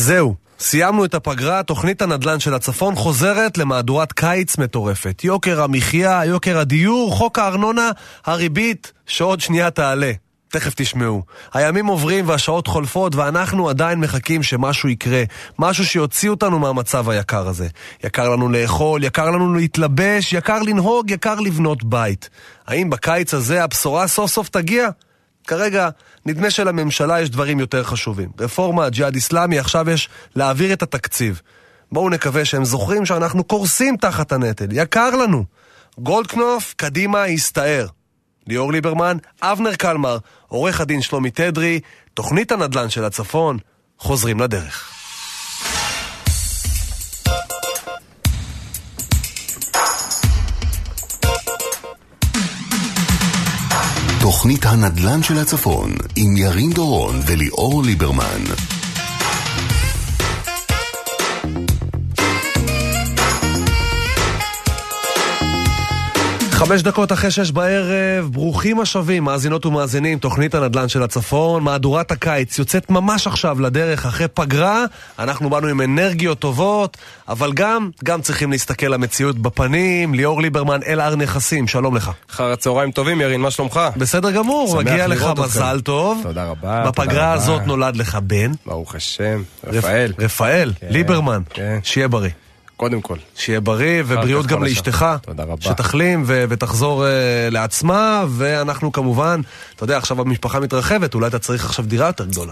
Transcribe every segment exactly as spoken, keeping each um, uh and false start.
זהו, סיימנו את הפגרה, תוכנית הנדל"ן של הצפון חוזרת למהדורת קיץ מטורפת. יוקר המחיה, יוקר הדיור, חוק הארנונה, הריבית שעוד שנייה תעלה. תכף תשמעו. הימים עוברים והשעות חולפות ואנחנו עדיין מחכים שמשהו יקרה. משהו שיוציא אותנו מהמצב היקר הזה. יקר לנו לאכול, יקר לנו להתלבש, יקר לנהוג, יקר לבנות בית. האם בקיץ הזה הבשורה סוף סוף תגיע? כרגע נדמה שלממשלה יש דברים יותר חשובים. רפורמה, ג'יהאד איסלאמי, עכשיו יש להעביר את התקציב. בואו נקווה שהם זוכרים שאנחנו קורסים תחת הנטל. יקר לנו. גולדקנופ, קדימה, יסתער. ליאור ליברמן, אבנר קלמר, עורך הדין שלומי תדרי, תוכנית הנדל"ן של הצפון, חוזרים לדרך. תוכנית הנדל"ן של הצפון עם ירין דורון וליאור ליברמן. חמש דקות אחרי שש בערב, ברוכים השבים, מאזינות ומאזינים, תוכנית הנדל"ן של הצפון, מהדורת הקיץ יוצאת ממש עכשיו לדרך אחרי פגרה, אנחנו באנו עם אנרגיות טובות, אבל גם, גם צריכים להסתכל למציאות בפנים. ליאור ליברמן, אל הר נכסים, שלום לך. אחר הצהריים טובים, ירין, מה שלומך? בסדר גמור, מגיע לך מזל טוב. תודה רבה. בפגרה הזאת נולד לך בן. ברוך השם, רפאל. רפאל, ליברמן, שיהיה בריא. קודם כל. שיהיה בריא, ובריאות גם לאשתך. תודה רבה. שתחלים ו- ותחזור uh, לעצמה, ואנחנו כמובן, אתה יודע, עכשיו המשפחה מתרחבת, אולי אתה צריך עכשיו דירה יותר גדולה.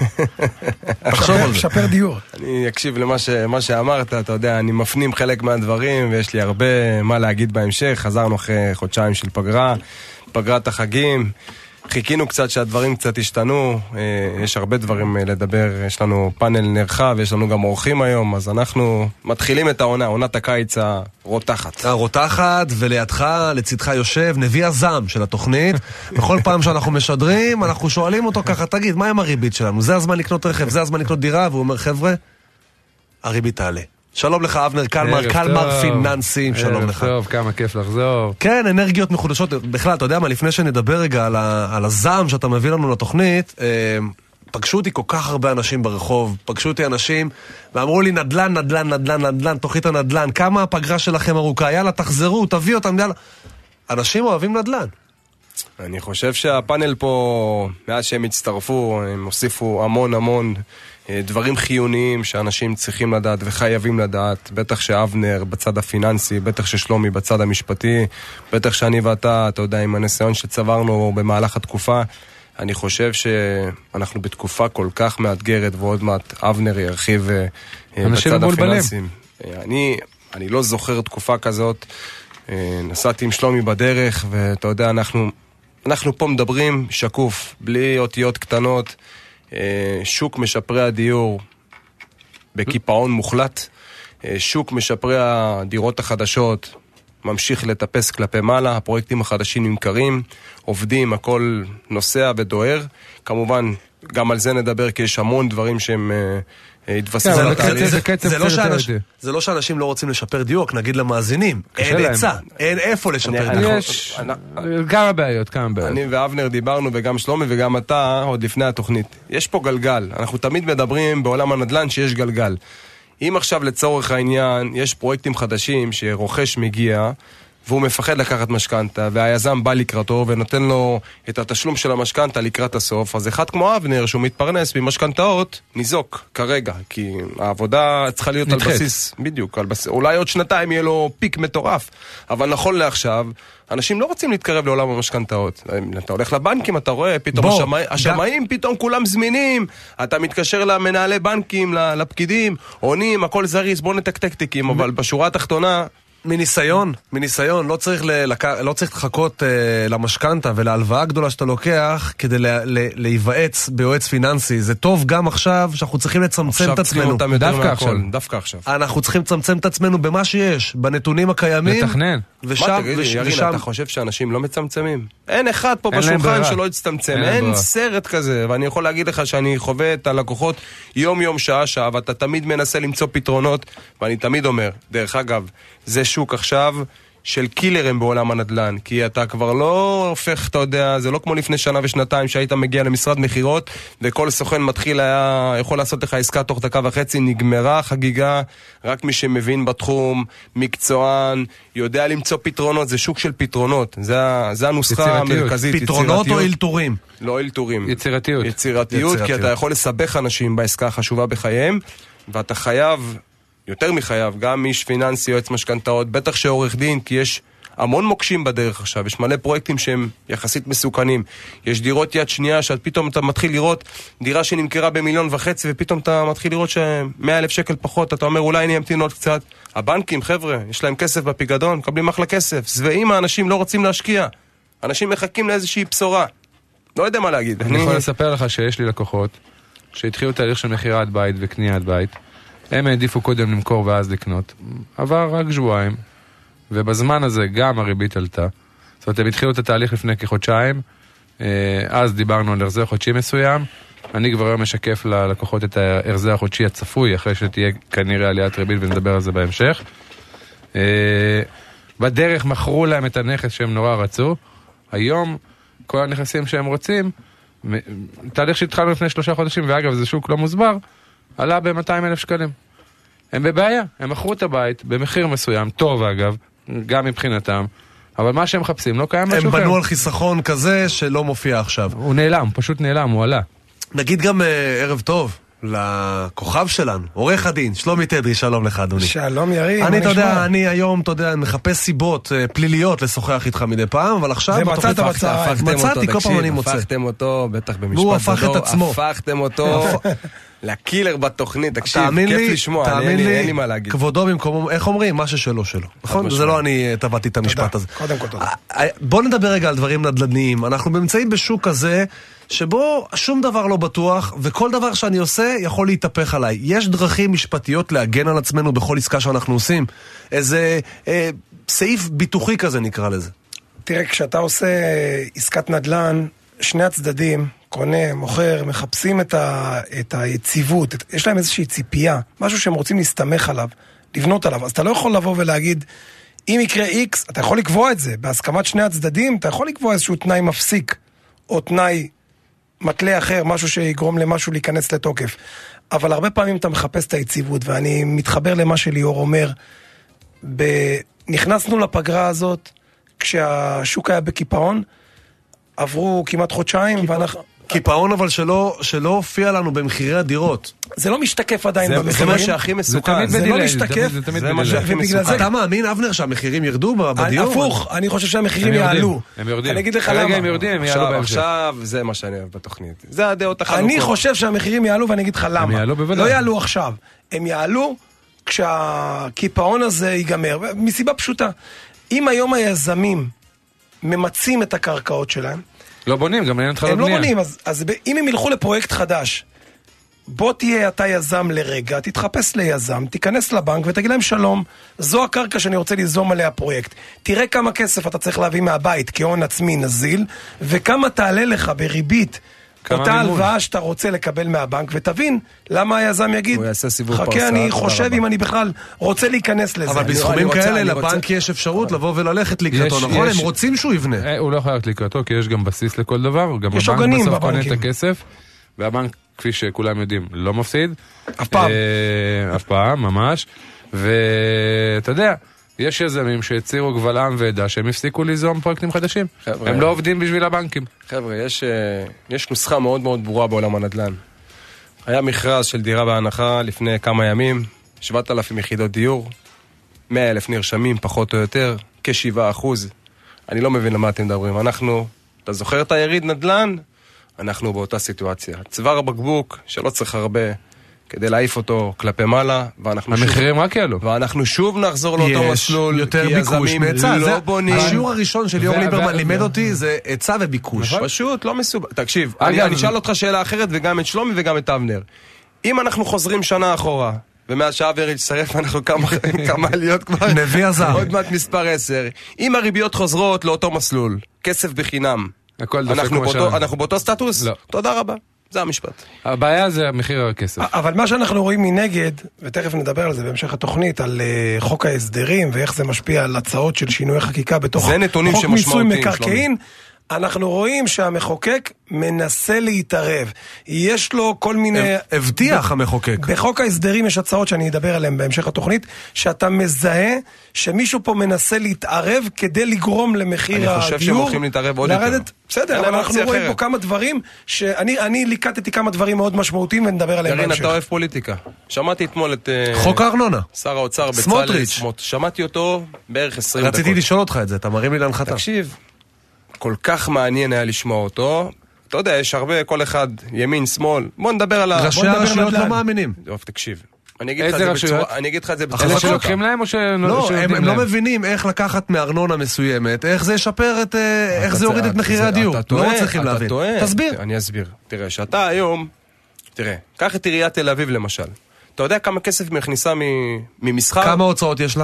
תחשוב על זה. שפר דיור. אני אקשיב למה ש- מה שאמרת, אתה יודע, אני מפנים חלק מהדברים, ויש לי הרבה מה להגיד בהמשך. חזרנו אחרי חודשיים של פגרה, פגרת החגים. חיכינו קצת שהדברים קצת השתנו, יש הרבה דברים לדבר, יש לנו פאנל נרחב, יש לנו גם אורחים היום, אז אנחנו מתחילים את העונה, עונת הקיץ הרותחת. הרותחת, ולידך, לצדך יושב, נביא הזעם של התוכנית, בכל פעם שאנחנו משדרים, אנחנו שואלים אותו ככה, תגיד, מה עם הריבית שלנו? זה הזמן לקנות רכב, זה הזמן לקנות דירה, והוא אומר, חבר'ה, הריבית תעלה. שלום לך אבנר קלמר, קלמר פיננסים, שלום לך. טוב, כמה כיף לחזור. כן, אנרגיות מחודשות, בכלל, אתה יודע מה, לפני שנדבר רגע על, ה, על הזעם שאתה מביא לנו לתוכנית, אה, פגשו אותי כל כך הרבה אנשים ברחוב, פגשו אותי אנשים, ואמרו לי, נדלן, נדלן, נדלן, נדלן, תוכנית הנדלן, כמה הפגרה שלכם ארוכה, יאללה, תחזרו, תביא אותם, יאללה. אנשים אוהבים נדלן. אני חושב שהפאנל פה, מאז שהם הצטרפו, הם הוסיפו המון המון דברים חיוניים שאנשים צריכים לדעת וחייבים לדעת, בטח שאבנר בצד הפיננסי, בטח ששלומי בצד המשפטי, בטח שאני ואתה, אתה יודע, עם הניסיון שצברנו במהלך התקופה, אני חושב שאנחנו בתקופה כל כך מאתגרת, ועוד מעט אבנר ירחיב בצד הפיננסי. אני, אני לא זוכר תקופה כזאת, נסעתי עם שלומי בדרך, ואתה יודע, אנחנו, אנחנו פה מדברים שקוף, בלי אותיות קטנות, שוק משפרי הדיור בקיפאון מוחלט, שוק משפרי הדירות החדשות ממשיך לטפס כלפי מעלה, הפרויקטים החדשים נמכרים, עובדים, הכל נוסע ודוהר, כמובן גם על זה נדבר כי יש המון דברים שהם התווספו לתהליך. זה לא שאנשים לא רוצים לשפר דיור, נגיד למאזינים, אין עצה, אין איפה לשפר דיור. יש כמה בעיות, כמה בעיות. אני ואבנר דיברנו, וגם שלומי וגם אתה, עוד לפני התוכנית. יש פה גלגל, אנחנו תמיד מדברים בעולם הנדל"ן שיש גלגל. אם עכשיו לצורך העניין יש פרויקטים חדשים שרוכש מגיע, והוא מפחד לקחת משכנתה, והיזם בא לקראתו ונותן לו את התשלום של המשכנתה לקראת הסוף, אז אחד כמו אבנר שהוא מתפרנס במשכנתאות, ניזוק כרגע, כי העבודה צריכה להיות נדחת. על בסיס, בדיוק, על בסיס, אולי עוד שנתיים יהיה לו פיק מטורף, אבל נכון לעכשיו, אנשים לא רוצים להתקרב לעולם המשכנתאות. אתה הולך לבנקים, אתה רואה, פתאום השמיים, השמיים פתאום כולם זמינים, אתה מתקשר למנהלי בנקים, לפקידים, עונים, הכל זריז, בוא נתקתק תיקים, אבל בשורה התחתונה, מניסיון, מניסיון, לא צריך, ללק... לא צריך לחכות uh, למשכנתה ולהלוואה גדולה שאתה לוקח כדי לה... להיוועץ ביועץ פיננסי. זה טוב גם עכשיו שאנחנו צריכים לצמצם את עצמנו. דווקא עכשיו. דווקא עכשיו. אנחנו צריכים לצמצם את עצמנו במה שיש, בנתונים הקיימים. לתכנן. ושם, מה תגידי, וש... ירין, ושם... אתה חושב שאנשים לא מצמצמים? אין אחד פה בשולחן שלא יצטמצם. אין, אין סרט כזה. ואני יכול להגיד לך שאני חווה את הלקוחות יום יום שעה שעה, ואתה תמיד מנסה למצוא פתרונות, ואני תמיד אומר, דרך אגב, זה שוק עכשיו של קילרים בעולם הנדל"ן, כי אתה כבר לא הופך, אתה יודע, זה לא כמו לפני שנה ושנתיים שהיית מגיע למשרד מחירות, וכל סוכן מתחיל היה, יכול לעשות לך עסקה תוך דקה וחצי, נגמרה חגיגה, רק מי שמבין בתחום, מקצוען, יודע למצוא פתרונות, זה שוק של פתרונות, זה, זה הנוסחה המרכזית. פתרונות או אילתורים? לא אילתורים. יצירתיות. יצירתיות, יצירתיות, כי אתה יכול לסבך אנשים בעסקה החשובה בחייהם, ואתה חייב, יותר מחייב, גם איש פיננסי, יועץ משכנתאות, בטח שעורך דין, כי יש המון מוקשים בדרך עכשיו, יש מלא פרויקטים שהם יחסית מסוכנים, יש דירות יד שנייה, שפתאום אתה מתחיל לראות דירה שנמכרה במיליון וחצי, ופתאום אתה מתחיל לראות ש-מאה אלף שקל פחות, אתה אומר אולי אני אמתין עוד קצת. הבנקים, חבר'ה, יש להם כסף בפיגדון, מקבלים אחלה כסף, שבעים האנשים לא רוצים להשקיע, אנשים מחכים לאיזושהי בשורה, לא יודע מה להגיד. אני יכול לספר לך שיש לי לקוחות שהתחילו תהליך של מחירת בית וקניית בית, הם העדיפו קודם למכור ואז לקנות, עבר רק שבועיים, ובזמן הזה גם הריבית עלתה. זאת אומרת, הם התחילו את התהליך לפני כחודשיים, אז דיברנו על הרזר חודשי מסוים, אני כבר היום משקף ללקוחות את ההרזר החודשי הצפוי, אחרי שתהיה כנראה עליית ריבית, ונדבר על זה בהמשך. בדרך מכרו להם את הנכס שהם נורא רצו, היום כל הנכסים שהם רוצים, תהליך שהתחלנו לפני שלושה חודשים, ואגב זה שוק לא מוסבר, עלה ב-מאתיים אלף שקלים. הם בבעיה, הם מכרו את הבית במחיר מסוים, טוב אגב, גם מבחינתם, אבל מה שהם מחפשים לא קיים משהו. הם בנו על חיסכון כזה שלא מופיע עכשיו. הוא נעלם, פשוט נעלם, הוא עלה. נגיד גם ערב טוב לכוכב שלנו, עורך הדין, שלומי תדרי, שלום לך אדוני. שלום יריב. אני, אתה יודע, אני היום, אתה יודע, מחפש סיבות פליליות לשוחח איתך מדי פעם, אבל עכשיו... זה מצאת בצהריים. מצאתי, כל פעם אני מוצא. הפכתם אותו, בטח במשפט והוא הפך את עצמו. הפכתם אותו לקילר בתוכנית, תקשיב, כיף לשמוע, אין לי מה להגיד. כבודו במקומו, איך אומרים? מה ששלו שלו. נכון? זה לא אני טבעתי את המשפט הזה. קודם כל תודה. בוא נדבר רגע על דברים נדל"ניים. אנחנו נמצאים בשוק כזה שבו שום דבר לא בטוח, וכל דבר שאני עושה יכול להתהפך עליי. יש דרכים משפטיות להגן על עצמנו בכל עסקה שאנחנו עושים. איזה אה, סעיף ביטוחי כזה נקרא לזה. תראה, כשאתה עושה עסקת נדל"ן, שני הצדדים, קונה, מוכר, מחפשים את, ה, את היציבות, את, יש להם איזושהי ציפייה, משהו שהם רוצים להסתמך עליו, לבנות עליו. אז אתה לא יכול לבוא ולהגיד, אם יקרה X, אתה יכול לקבוע את זה. בהסכמת שני הצדדים, אתה יכול לקבוע איזשהו תנאי מפסיק, או תנאי מתלה אחר, משהו שיגרום למשהו להיכנס לתוקף. אבל הרבה פעמים אתה מחפש את היציבות, ואני מתחבר למה שליאור אומר, ב... נכנסנו לפגרה הזאת, כשהשוק היה בקיפאון, עברו כמעט חודשיים, ואנחנו... קיפאון אבל שלא, שלא הופיע לנו במחירי הדירות. זה לא משתקף עדיין זה, במחירים. זה מה שהכי מסוכן. זה לא משתקף. זה, זה מה שהכי מסוכן. אתה מאמין, אבנר, שהמחירים ירדו בדיור? הפוך, אני חושב שהמחירים יעלו. הם יורדים. אני אגיד לך למה. למה. הם יורדים, הם יעלו בהמשך. עכשיו, זה מה שאני אוהב בתוכנית. זה הדעות החלוקות. אני חושב שהמחירים יעלו, ואני אגיד לך למה. הם יעלו בוודאי. לא יעלו עכשיו. הם יעלו כשהקיפאון הזה ייגמר. מסיבה פשוטה. אם היום היזמים ממצים את הקרקעות שלהם, לא בונים, גם אין התחלות הם בנייה. לא בונים, אז, אז אם הם ילכו לפרויקט חדש, בוא תהיה אתה יזם לרגע, תתחפש ליזם, תיכנס לבנק ותגיד להם שלום, זו הקרקע שאני רוצה ליזום עליה פרויקט. תראה כמה כסף אתה צריך להביא מהבית, כהון עצמי נזיל, וכמה תעלה לך בריבית, אותה הלוואה שאתה רוצה לקבל מהבנק, ותבין למה היזם יגיד, חכה, אני חושב אם אני בכלל רוצה להיכנס לזה. אבל בסכומים כאלה לבנק יש אפשרות לבוא וללכת לקראתו, נכון? הם רוצים שהוא יבנה. הוא לא יכול ללכת לקראתו, כי יש גם בסיס לכל דבר, גם יש הבנק עוגנים בסוף קונה את בבנקים. הכסף, והבנק, כפי שכולם יודעים, לא מפסיד. אף פעם. אף פעם, ממש. ואתה יודע, יש יזמים שהצירו גבלם ועדה שהם הפסיקו ליזום פרויקטים חדשים. הם לא עובדים בשביל הבנקים. חבר'ה, יש, יש נוסחה מאוד מאוד ברורה בעולם הנדל"ן. היה מכרז של דירה בהנחה לפני כמה ימים, שבעת אלפים יחידות דיור, מאה אלף נרשמים פחות או יותר, כשבעה אחוז. אני לא מבין למה אתם מדברים. אנחנו, אתה זוכר את היריד נדל"ן? אנחנו באותה סיטואציה. צוואר הבקבוק שלא צריך הרבה כדי להעיף אותו כלפי מעלה, ואנחנו המחירים שוב, רק יעלו. ואנחנו שוב נחזור לאותו מסלול, יותר ביקוש מהיצע. לא בונים. השיעור הראשון של ליאור ליברמן לימד אותי זה היצע וביקוש. פשוט לא מסובך. תקשיב, אני אשאל אותך שאלה אחרת, וגם את שלומי וגם את אבנר. אם אנחנו חוזרים שנה אחורה, ומאז שאבנר יצטרף, אנחנו כמה עליות כבר, נביא הזר. עוד מעט מספר עשר. אם הריביות חוזרות לאותו מסלול, כסף בחינם, אנחנו באותו סטטוס? לא. תודה רבה. זה המשפט. הבעיה זה מחיר הכסף. אבל מה שאנחנו רואים מנגד, ותכף נדבר על זה בהמשך התוכנית, על uh, חוק ההסדרים ואיך זה משפיע על הצעות של שינוי חקיקה בתוך זה נתונים חוק מיסוי שמשמעותיים, מקרקעין, אנחנו רואים שהמחוקק מנסה להתערב. יש לו כל מיני... הבטיח המחוקק. בחוק ההסדרים יש הצעות שאני אדבר עליהן בהמשך התוכנית, שאתה מזהה שמישהו פה מנסה להתערב כדי לגרום למחיר הדיור. אני חושב שהם הולכים להתערב עוד יותר. בסדר, אבל אנחנו רואים פה כמה דברים, שאני ליקטתי כמה דברים מאוד משמעותיים ונדבר עליהם בהמשך. ירין, אתה אוהב פוליטיקה. שמעתי אתמול את... חוק הארנונה. שר האוצר בצלאל סמוטריץ'. שמעתי אותו בערך עשרים דקות. רציתי לשאול אותך את זה, אתה מרים לי להנחתה. תקשיב, כל כך מעניין היה לשמוע אותו. אתה יודע, יש הרבה, כל אחד, ימין, שמאל. בוא נדבר על ה... ראשי הרשויות לא מאמינים. טוב, תקשיב. אני אגיד לך את זה בצורה... אני אגיד לך את זה בצורה... אלה שלוקחים להם או ש... לא, הם לא מבינים איך לקחת מארנונה מסוימת, איך זה ישפר את... איך זה יוריד את מחירי הדיור. לא מצליחים להבין. תסביר. אני אסביר. תראה, שאתה היום... תראה, קח את עיריית תל אביב למשל. אתה יודע כמה כסף מכניסה ממסחר? כמה הוצאות יש לה?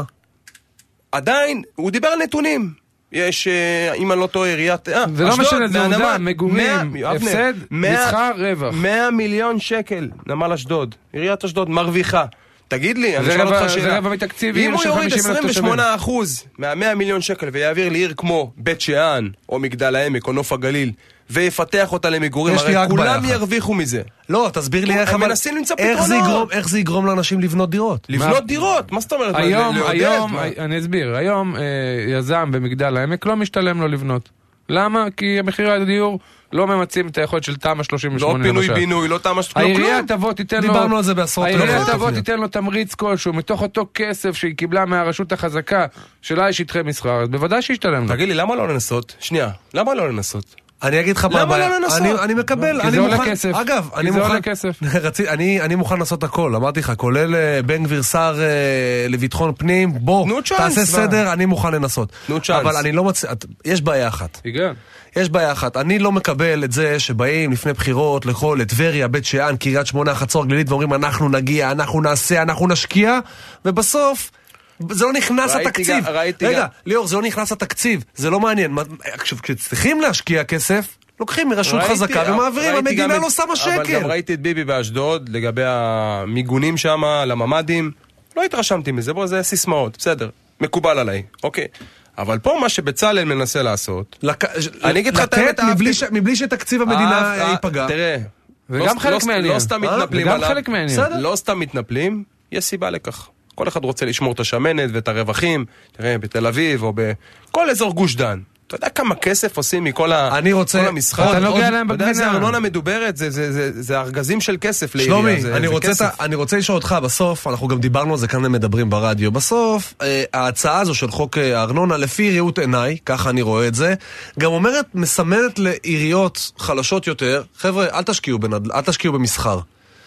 עדיין, הוא דיבר על נתונים. יש, אם אני לא טועה, עיריית... זה לא משנה, זה עובדה, מגורים, הפסד, מסחר, רווח. מאה מיליון שקל, נמל אשדוד. עיריית אשדוד מרוויחה. תגיד לי, אני שואל אותך שאלה. זה רבע מתקציב, אם הוא יוריד עשרים ושמונה אחוז מה-מאה מיליון שקל ויעביר לעיר כמו בית שאן, או מגדל העמק, או נוף הגליל, ויפתח אותה למגורים, הרי כולם ירוויחו מזה. לא, תסביר לי איך... הם מנסים למצוא פתרונות. איך זה יגרום לאנשים לבנות דירות? לבנות דירות? מה זאת אומרת? היום, היום, אני אסביר, היום יזם במגדל העמק לא משתלם לו לבנות. למה? כי המחירי הדיור לא ממצים את היכולת של תמ"א שלושים ושמונה למשל. לא פינוי בינוי, לא תמ"א... העירייה תבוא תיתן לו... דיברנו על זה בעשרות... העירייה תבוא תיתן לו תמריץ כלשהו, מתוך אותו כסף שהיא קיבלה מהרשות החזקה, שלה יש שטחי מסחר, אז בוודאי שישתלם. תגיד לי, למה לא לנסות? שנייה, למה לא לנסות? אני אגיד לך מה הבעיה. אני מקבל, כי זה עולה כסף. אגב, כי זה עולה כסף. אני מוכן לעשות הכל, אמרתי לך, כולל בן גביר שר לביטחון פנים, בוא, תעשה סדר, אני מוכן לנסות. אבל אני לא מצא, יש בעיה אחת. יש בעיה אחת, אני לא מקבל את זה שבאים לפני בחירות לכל, לטבריה, בית שאן, קריית שמונה, חצור גלילית, ואומרים אנחנו נגיע, אנחנו נעשה, אנחנו נשקיע, ובסוף... זה לא נכנס לתקציב. רגע, ליאור, זה לא נכנס לתקציב. זה לא מעניין. כשצריכים להשקיע כסף, לוקחים מרשות חזקה ומעבירים, המדינה לא שמה שקל. אבל גם ראיתי את ביבי באשדוד, לגבי המיגונים שם, לממדים. לא התרשמתי מזה, בוא, זה סיסמאות, בסדר. מקובל עליי, אוקיי. אבל פה מה שבצלאל מנסה לעשות, אני אגיד לך את האמת, מבלי שתקציב המדינה ייפגע. תראה, וגם חלק מעניין. לא סתם מתנפלים עליו. חלק מעניין. לא סתם מתנפלים, יש סיבה לכך. כל אחד רוצה לשמור את השמנת ואת הרווחים, תראה, בתל אביב או בכל אזור גוש דן. אתה יודע כמה כסף עושים מכל המשחק? אתה נוגע להם בגבינה. זה ארנונה מדוברת, זה ארגזים של כסף לעירייה. שלומי, אני רוצה לשאול אותך, בסוף, אנחנו גם דיברנו על זה כאן מדברים ברדיו, בסוף, ההצעה הזו של חוק הארנונה, לפי ראות עיניי, ככה אני רואה את זה, גם אומרת, מסמנת לעיריות חלשות יותר, חבר'ה, אל תשקיעו אל תשקיעו במסחר.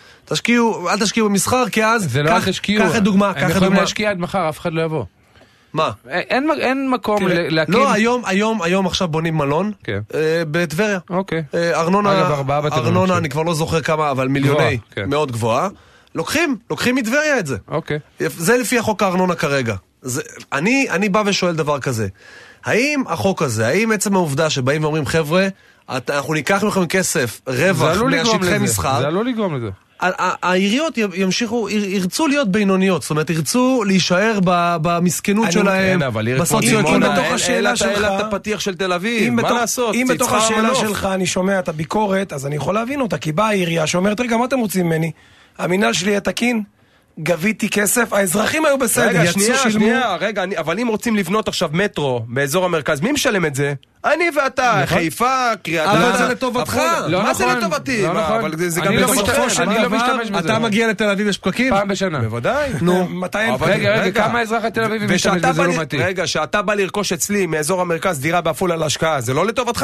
תשקיעו, אל תשקיעו במסחר, כי אז... זה לא תשקיעו. קח את דוגמה, הם יכולים להשקיע עד מחר, אף אחד לא יבוא. מה? אין, אין מקום להקים... לא, היום, היום, היום עכשיו בונים מלון, כן. אה, בטבריה. אוקיי. אה, ארנונה, אגב, ארנונה, אני כבר לא זוכר כמה, אבל מיליוני, כן. מאוד גבוהה. לוקחים, לוקחים מטבריה את זה. אוקיי. זה לפי החוק הארנונה כרגע. זה, אני, אני בא ושואל דבר כזה. האם החוק הזה, האם עצם העובדה שבאים ואומרים, חבר'ה, אנחנו ניקח מכם כסף, רווח, מהשטחי מסחר. זה עלול לגרום לזה. העיריות ימשיכו, ירצו להיות בינוניות, זאת אומרת, ירצו להישאר במסכנות שלהם, בסוציו-אקונומי. אם בתוך השאלה שלך, את הפתיח של תל אביב, מה לעשות? אם בתוך השאלה שלך אני שומע את הביקורת, אז אני יכול להבין אותה, כי באה העירייה שאומרת, רגע, מה אתם רוצים ממני? המינהל שלי יהיה תקין? גביתי כסף, האזרחים היו בסדר, רגע, שנייה, שנייה, רגע, אבל אם רוצים לבנות עכשיו מטרו באזור המרכז, מי משלם את זה? אני ואתה, חיפה, קריית גת. אבל זה לטובתך. מה זה לטובתי? אבל זה גם לטובתך. אני לא משתמש בזה. אתה מגיע לתל אביב, יש פקקים? פעם בשנה. בוודאי. נו, מתי אין פקקים? רגע, רגע, כמה אזרח התל אביב משתמש בזה לעומתי? רגע, שאתה בא לרכוש אצלי מאזור המרכז דירה בעפולה להשקעה, זה לא לטובתך?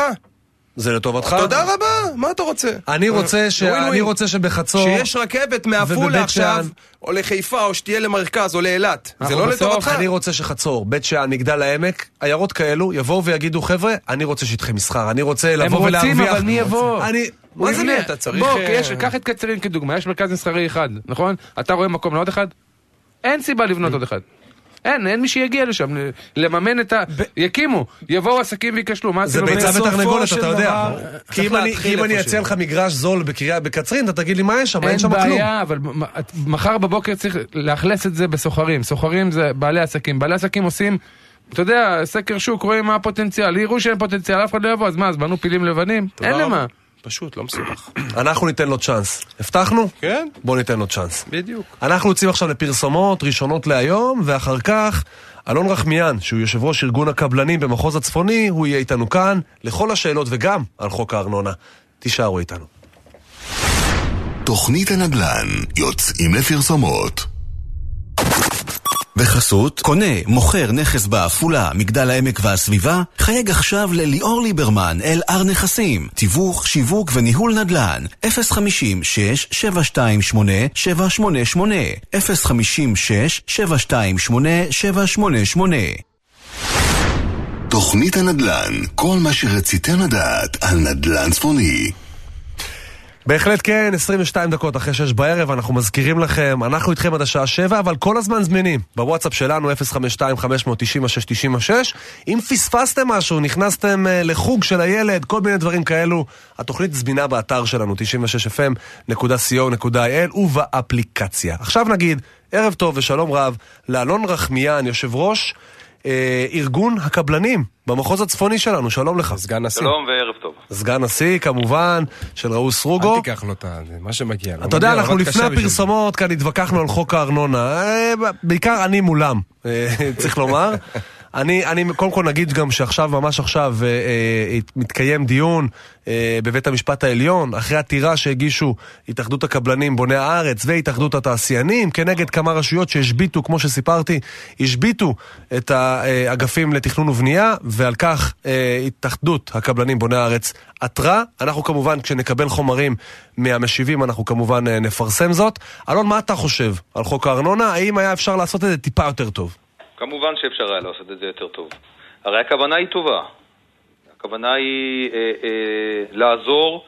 זה לטובתך. תודה רבה, מה אתה רוצה? אני רוצה ש... אני רוצה שבחצור... שיש רכבת מעפולה עכשיו, או לחיפה, או שתהיה למרכז, או לאילת. זה לא לטובתך. אני רוצה שחצור, בית שאן, מגדל העמק, עיירות כאלו, יבואו ויגידו, חבר'ה, אני רוצה שטחי מסחר, אני רוצה לבוא ולהרוויח. הם רוצים, אבל מי יבוא? אני... מה זה אתה צריך... בוא, קח את קצרין כדוגמה, יש מרכז מסחרי אחד, נכון? אתה רואה מקום לעוד אחד? אין סיבה לבנות עוד אחד. אין, אין מי שיגיע לשם, לממן את ה... יקימו, יבואו עסקים ויקשלו, מה זה עשינו? ביצה ותרנגולת, אתה יודע. דבר, כי אם אני- כי אם אני אציע לך מגרש זול בקריה בקצרין, אתה תגיד לי מה יש שם, אין אין שם כלום. בעיה, אבל מ- מחר בבוקר צריך לאכלס את זה בסוחרים. סוחרים זה בעלי עסקים. בעלי עסקים עושים, אתה יודע, סקר שוק, רואים מה הפוטנציאל. יראו שאין פוטנציאל, אף אחד לא יבוא, אז מה, אז בנו פילים לבנים? אין רבה. למה. פשוט, לא מסובך. אנחנו ניתן לו צ'אנס. הבטחנו? כן. בוא ניתן לו צ'אנס. בדיוק. אנחנו יוצאים עכשיו לפרסומות ראשונות להיום, ואחר כך אלון רחמיאן, שהוא יושב ראש ארגון הקבלנים במחוז הצפוני, הוא יהיה איתנו כאן לכל השאלות וגם על חוק הארנונה. תישארו איתנו. תוכנית הנדל"ן, יוצאים לפרסומות. בחסות, קונה, מוכר נכס בעפולה, מגדל העמק והסביבה, חייג עכשיו לליאור ליברמן, אל אר נכסים, תיווך, שיווק וניהול נדל"ן, אפס חמישים שש שבע שתיים שמונה שבע שמונה שמונה, אפס חמישים שש שבע שתיים שמונה שבע שמונה שמונה. תוכנית הנדל"ן, כל מה שרציתם לדעת על נדל"ן צפוני. בהחלט כן, עשרים ושתיים דקות אחרי שש בערב, אנחנו מזכירים לכם, אנחנו איתכם עד השעה שבע, אבל כל הזמן זמינים. בוואטסאפ שלנו אפס חמש שתיים חמש תשע שש תשע שש. אם פספסתם משהו, נכנסתם uh, לחוג של הילד, כל מיני דברים כאלו, התוכנית זמינה באתר שלנו, תשעים ושש אף אם נקודה סי או נקודה איי אל ובאפליקציה. עכשיו נגיד, ערב טוב ושלום רב, לאלון רחמיאן, יושב ראש אה, ארגון הקבלנים במחוז הצפוני שלנו, שלום לך. סגן נשיא. שלום וערב טוב. סגן נשיא כמובן של ראוס רוגו. אל תיקח לו את זה, מה שמגיע לו. אתה יודע, מגיע לו, אנחנו אבל לפני קשה בשביל הפרסומות כאן התווכחנו על חוק הארנונה, אה, בעיקר אני מולם, אה, צריך לומר. אני, אני קודם כל נגיד גם שעכשיו, ממש עכשיו, אה, אה, מתקיים דיון אה, בבית המשפט העליון, אחרי עתירה שהגישו התאחדות הקבלנים בוני הארץ והתאחדות התעשיינים, כנגד כמה רשויות שהשביטו, כמו שסיפרתי, השביטו את האגפים לתכנון ובנייה, ועל כך אה, התאחדות הקבלנים בוני הארץ עתרה. אנחנו כמובן, כשנקבל חומרים מהמשיבים, אנחנו כמובן אה, נפרסם זאת. אלון, מה אתה חושב על חוק הארנונה? האם היה אפשר לעשות את זה טיפה יותר טוב? כמובן שאפשר היה לעשות את זה יותר טוב. הרי הכוונה היא טובה. הכוונה היא אה, אה, לעזור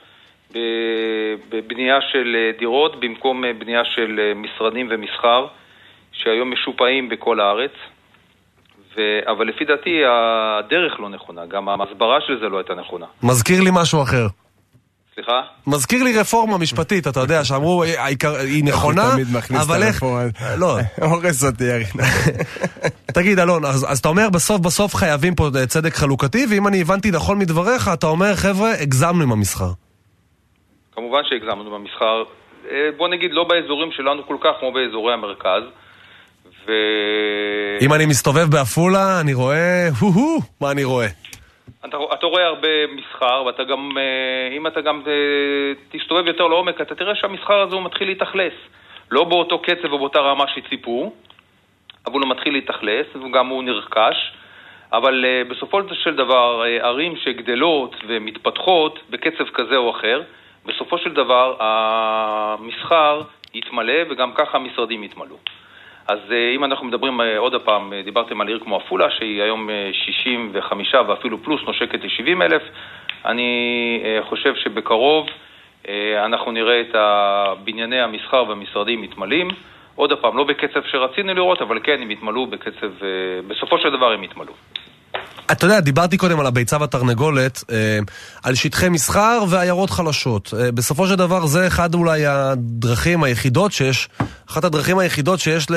בבנייה של דירות במקום בנייה של משרדים ומסחר שהיום משופעים בכל הארץ. ו... אבל לפי דעתי הדרך לא נכונה, גם ההסברה של זה לא הייתה נכונה. מזכיר לי משהו אחר. סליחה? מזכיר לי רפורמה משפטית, אתה יודע, שאמרו, היא נכונה, אבל איך... לא. הורס אותי, ירינה. תגיד, אלון, אז, אז אתה אומר, בסוף בסוף חייבים פה צדק חלוקתי, ואם אני הבנתי נכון מדבריך, אתה אומר, חבר'ה, הגזמנו עם המסחר. כמובן שהגזמנו עם המסחר. בוא נגיד, לא באזורים שלנו כל כך כמו באזורי המרכז. ו... אם אני מסתובב באפולה, אני רואה, הו-הו, מה אני רואה? אתה, אתה רואה הרבה מסחר, ואתה גם, אם אתה גם תסתובב יותר לעומק, אתה תראה שהמסחר הזה הוא מתחיל להתאכלס. לא באותו קצב ובאותה רמה שציפו, אבל הוא מתחיל להתאכלס, וגם הוא נרכש. אבל בסופו של דבר, ערים שגדלות ומתפתחות בקצב כזה או אחר, בסופו של דבר המסחר יתמלא, וגם ככה המשרדים יתמלאו. אז אם אנחנו מדברים עוד הפעם, דיברתם על עיר כמו אפולה, שהיא היום שישים וחמש ואפילו פלוס נושקת ל-שבעים אלף, אני חושב שבקרוב אנחנו נראה את בנייני המסחר והמשרדים מתמלאים, עוד הפעם, לא בקצב שרצינו לראות, אבל כן, הם יתמלאו בקצב, בסופו של דבר הם יתמלאו. אתה יודע, דיברתי קודם על הביצה והתרנגולת, על שטחי מסחר ועיירות חלשות. בסופו של דבר זה אחד אולי הדרכים היחידות שיש, אחת הדרכים היחידות שיש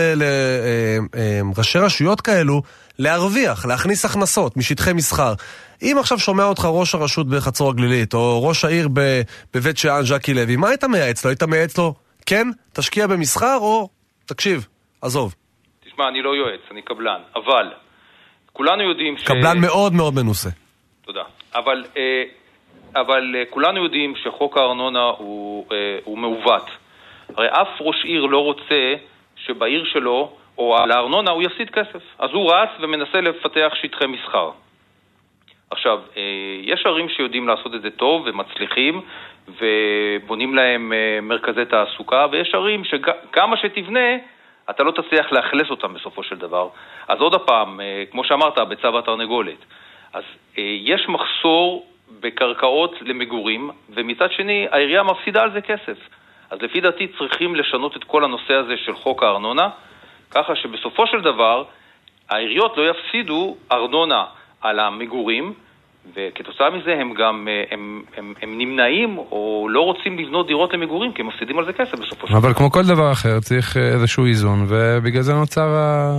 לראשי רשויות כאלו להרוויח, להכניס הכנסות משטחי מסחר. אם עכשיו שומע אותך ראש הרשות בחצור הגלילית, או ראש העיר בבית שאן ז'קי לוי, מה היית מייעץ לו? היית מייעץ לו, כן, תשקיע במסחר, או תקשיב, עזוב. תשמע, אני לא יועץ, אני קבלן, אבל... כולנו יודעים ש... קבלן מאוד מאוד מנוסה. תודה. אבל, אבל כולנו יודעים שחוק הארנונה הוא, הוא מעוות. הרי אף ראש עיר לא רוצה שבעיר שלו, או על הארנונה, הוא יפסיד כסף. אז הוא רץ ומנסה לפתח שטחי מסחר. עכשיו, יש ערים שיודעים לעשות את זה טוב ומצליחים, ובונים להם מרכזי תעסוקה, ויש ערים שכמה שתבנה, אתה לא תצליח להכלס אותם בסופו של דבר. אז עוד הפעם, כמו שאמרת, ביצה והתרנגולת. אז יש מחסור בקרקעות למגורים, ומצד שני, העירייה מפסידה על זה כסף. אז לפי דעתי צריכים לשנות את כל הנושא הזה של חוק הארנונה, ככה שבסופו של דבר, העיריות לא יפסידו ארנונה על המגורים, וכתוצאה מזה הם גם הם, הם, הם נמנעים או לא רוצים לבנות דירות למגורים, כי הם מפסידים על זה כסף בסופו של דבר. אבל כמו כל דבר אחר צריך איזשהו איזון, ובגלל זה נוצר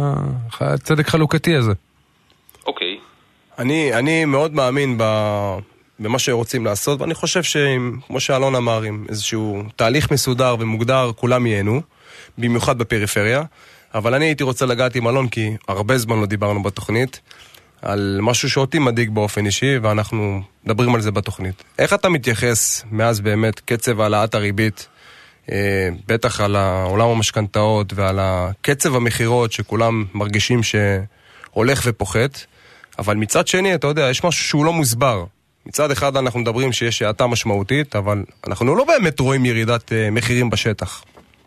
הצדק חלוקתי הזה. אוקיי. אני, אני מאוד מאמין ב... במה שרוצים לעשות, ואני חושב שכמו שאלון אמר, עם איזשהו תהליך מסודר ומוגדר, כולם ייהנו, במיוחד בפריפריה, אבל אני הייתי רוצה לגעת עם אלון, כי הרבה זמן לא דיברנו בתוכנית, על משהו שאותי מדאיג באופן אישי, ואנחנו מדברים על זה בתוכנית. איך אתה מתייחס מאז באמת קצב העלאת הריבית, אה, בטח על העולם המשכנתאות ועל הקצב המחירות שכולם מרגישים שהולך ופוחת, אבל מצד שני, אתה יודע, יש משהו שהוא לא מוסבר. מצד אחד אנחנו מדברים שיש האטה משמעותית, אבל אנחנו לא באמת רואים ירידת אה, מחירים בשטח.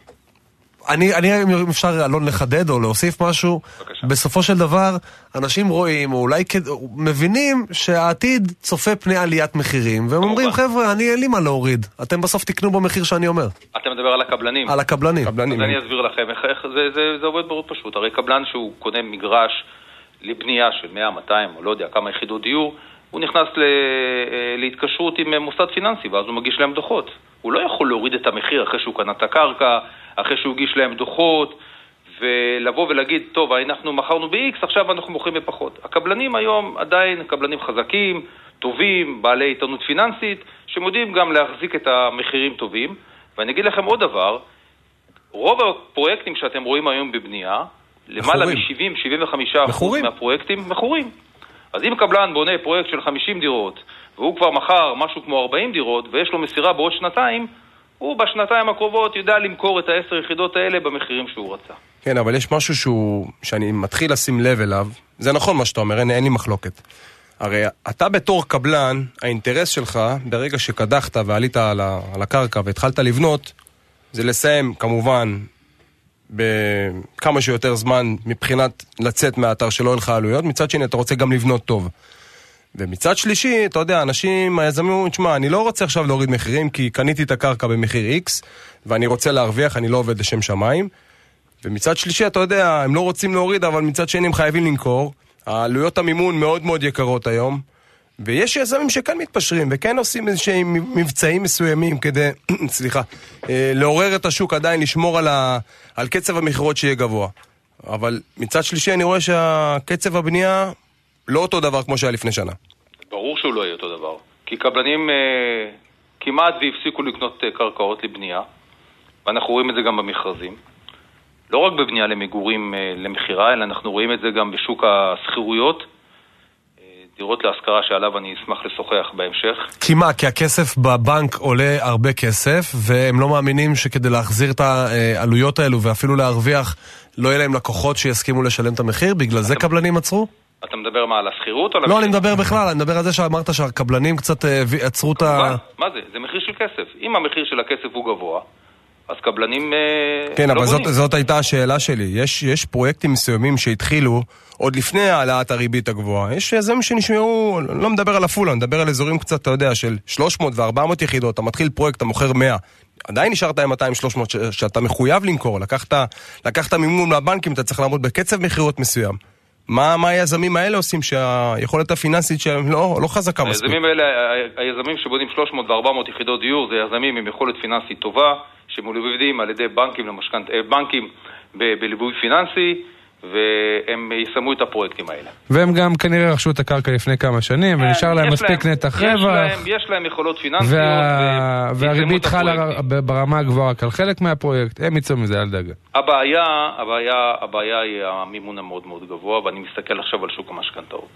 אני, אני, אם אפשר אלון לחדד או להוסיף משהו, בבקשה. בסופו של דבר, אנשים רואים, או אולי מבינים שהעתיד צופה פני עליית מחירים, והם אומרים, חבר'ה, אני אין לי מה להוריד. אתם בסוף תקנו במחיר שאני אומר. אתה מדבר על הקבלנים. על הקבלנים. קבלנים. אז אני אסביר לכם, איך, איך, זה, זה, זה עובד מאוד פשוט. הרי קבלן שהוא קונה מגרש לבנייה של מאה, מאתיים, או לא יודע, כמה יחידות דיור, הוא נכנס ל... להתקשרות עם מוסד פיננסי, ואז הוא מגיש להם דוחות. הוא לא יכול להוריד את המחיר אחרי שהוא קנה את הקרקע, אחרי שהוא הגיש להם דוחות, ולבוא ולהגיד, טוב, אנחנו מכרנו ב-X, עכשיו אנחנו מוכרים בפחות. הקבלנים היום עדיין קבלנים חזקים, טובים, בעלי עיתונות פיננסית, שמודעים גם להחזיק את המחירים טובים. ואני אגיד לכם עוד דבר, רוב הפרויקטים שאתם רואים היום בבנייה, למעלה מ-שבעים עד שבעים וחמישה אחוז מהפרויקטים מכורים. אז אם קבלן בונה פרויקט של חמישים דירות, והוא כבר מחר משהו כמו ארבעים דירות, ויש לו מסירה בעוד שנתיים, הוא בשנתיים הקרובות יודע למכור את העשר יחידות האלה במחירים שהוא רצה. כן, אבל יש משהו שהוא, שאני מתחיל לשים לב אליו, זה נכון מה שאתה אומר, אין, אין לי מחלוקת. הרי אתה בתור קבלן, האינטרס שלך, ברגע שקדחת ועלית על, ה, על הקרקע והתחלת לבנות, זה לסיים כמובן בכמה שיותר זמן מבחינת לצאת מהאתר שלא יהיה לך עלויות, מצד שני אתה רוצה גם לבנות טוב. ומצד שלישי, אתה יודע, אנשים, היזמים אומרים, תשמע, אני לא רוצה עכשיו להוריד מחירים, כי קניתי את הקרקע במחיר X, ואני רוצה להרוויח, אני לא עובד לשם שמיים. ומצד שלישי, אתה יודע, הם לא רוצים להוריד, אבל מצד שני הם חייבים למכור. העלויות המימון מאוד מאוד יקרות היום, ויש יזמים שכאן מתפשרים, וכן עושים איזשהם מבצעים מסוימים כדי, סליחה, לעורר את השוק עדיין, לשמור על, ה, על קצב המחירות שיהיה גבוה. אבל מצד שלישי אני רואה שהקצב הבנייה לא אותו דבר כמו שהיה לפני שנה. ברור שהוא לא יהיה אותו דבר. כי קבלנים אה, כמעט והפסיקו לקנות אה, קרקעות לבנייה, ואנחנו רואים את זה גם במכרזים. לא רק בבנייה למגורים אה, למחירה, אלא אנחנו רואים את זה גם בשוק הסחירויות, אה, דירות להשכרה שעליו אני אשמח לשוחח בהמשך. כי מה? כי הכסף בבנק עולה הרבה כסף, והם לא מאמינים שכדי להחזיר את העלויות האלו ואפילו להרוויח, לא יהיה להם לקוחות שיסכימו לשלם את המחיר, בגלל זה קבלנים עצרו? אתה מדבר מה, על הסחירות או על לא, אני מדבר בכלל, אני מדבר על זה שאמרת שהקבלנים קצת עצרו את ה... מה זה? זה מחיר של כסף. אם המחיר של הכסף הוא גבוה, אז קבלנים כן, לא אבל זאת, בונים. זאת הייתה השאלה שלי. יש, יש פרויקטים מסוימים שהתחילו עוד לפני העלאת הריבית הגבוהה. יש יזמים שנשמעו, לא מדבר על אפולה, מדבר על אזורים קצת, אתה יודע, של שלוש מאות וארבע מאות יחידות. אתה מתחיל פרויקט, אתה מוכר מאה. עדיין נשארת עם מאתיים שלוש מאות שאתה מחויב למכור. לקחת, לקחת מימון מהבנקים, אתה צריך לעמוד בקצב מחירות מסוים. מה, מה היזמים האלה עושים שהיכולת הפיננסית שלהם לא, לא חזקה מספיק? היזמים האלה, היזמים שבונים שלוש מאות וארבע מאות יחידות דיור, זה יזמים עם יכולת פיננסית טובה, שמולוודים על ידי בנקים למשכנת, בנקים ב- בליווי פיננסי, והם יסמו את הפרויקטים האלה. והם גם כנראה רכשו את הקרקע לפני כמה שנים, ונשאר להם מספיק נתח רווח. יש להם יכולות פיננסיות. וה... והריבית חלה ברמה הגבוהה על חלק מהפרויקט, הם יצאו מזה על דגה. הבעיה, הבעיה, הבעיה היא המימון המאוד מאוד גבוה, ואני מסתכל עכשיו על שוק המשכנתאות.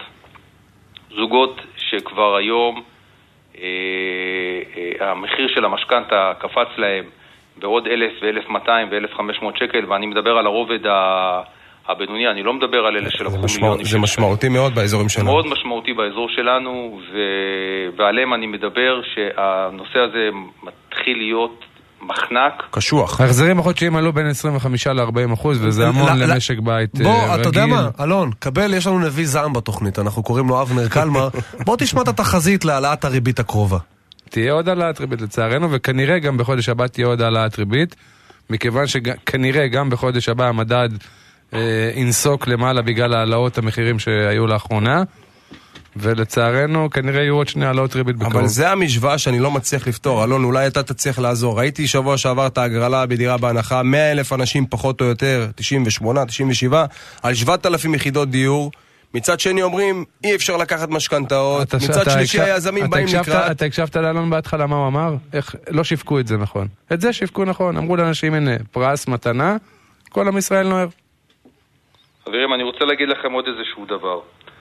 זוגות שכבר היום אה, אה, המחיר של המשכנתה קפץ להם בעוד אלף ואלף מאתיים ואלף וחמש מאות שקל, ואני מדבר על הרובד ה... הבינוני, אני לא מדבר על אלה שלקחו מיליונים. זה משמעותי מאוד באזורים שלנו. מאוד משמעותי באזור שלנו, ועליהם אני מדבר שהנושא הזה מתחיל להיות מחנק. קשוח. ההחזרים החודשיים עלו בין עשרים וחמישה עד ארבעים אחוז, וזה המון למשק בית רגיל. בוא, אתה יודע מה, אלון, קבל, יש לנו נביא זעם בתוכנית, אנחנו קוראים לו אבנר קלמר, בוא תשמע את התחזית להעלאת הריבית הקרובה. תהיה עוד העלאת ריבית לצערנו, וכנראה גם בחודש הבא תהיה עוד העלאת ריבית, מכיוון שכנראה גם בחודש הבא המדד אינסוק למעלה בגלל העלאות המחירים שהיו לאחרונה, ולצערנו כנראה יהיו עוד שני העלאות ריבית בקרוב. אבל זה המשוואה שאני לא מצליח לפתור. אלון, אולי אתה תצליח לעזור. ראיתי שבוע שעבר את ההגרלה בדירה בהנחה, מאה אלף אנשים פחות או יותר, תשעים ושמונה, תשעים ושבע, על שבעת אלפים יחידות דיור. מצד שני אומרים, אי אפשר לקחת משכנתאות. מצד שלישי היזמים באים לקראת. אתה הקשבת לאלון בהתחלה מה הוא אמר? איך לא שיווקו את זה נכון. את זה שיווקו נכון. אמרו לאנשים, הנה, פרס, מתנה, כל עם ישראל נוהר. חברים, אני רוצה להגיד לכם עוד איזשהו דבר.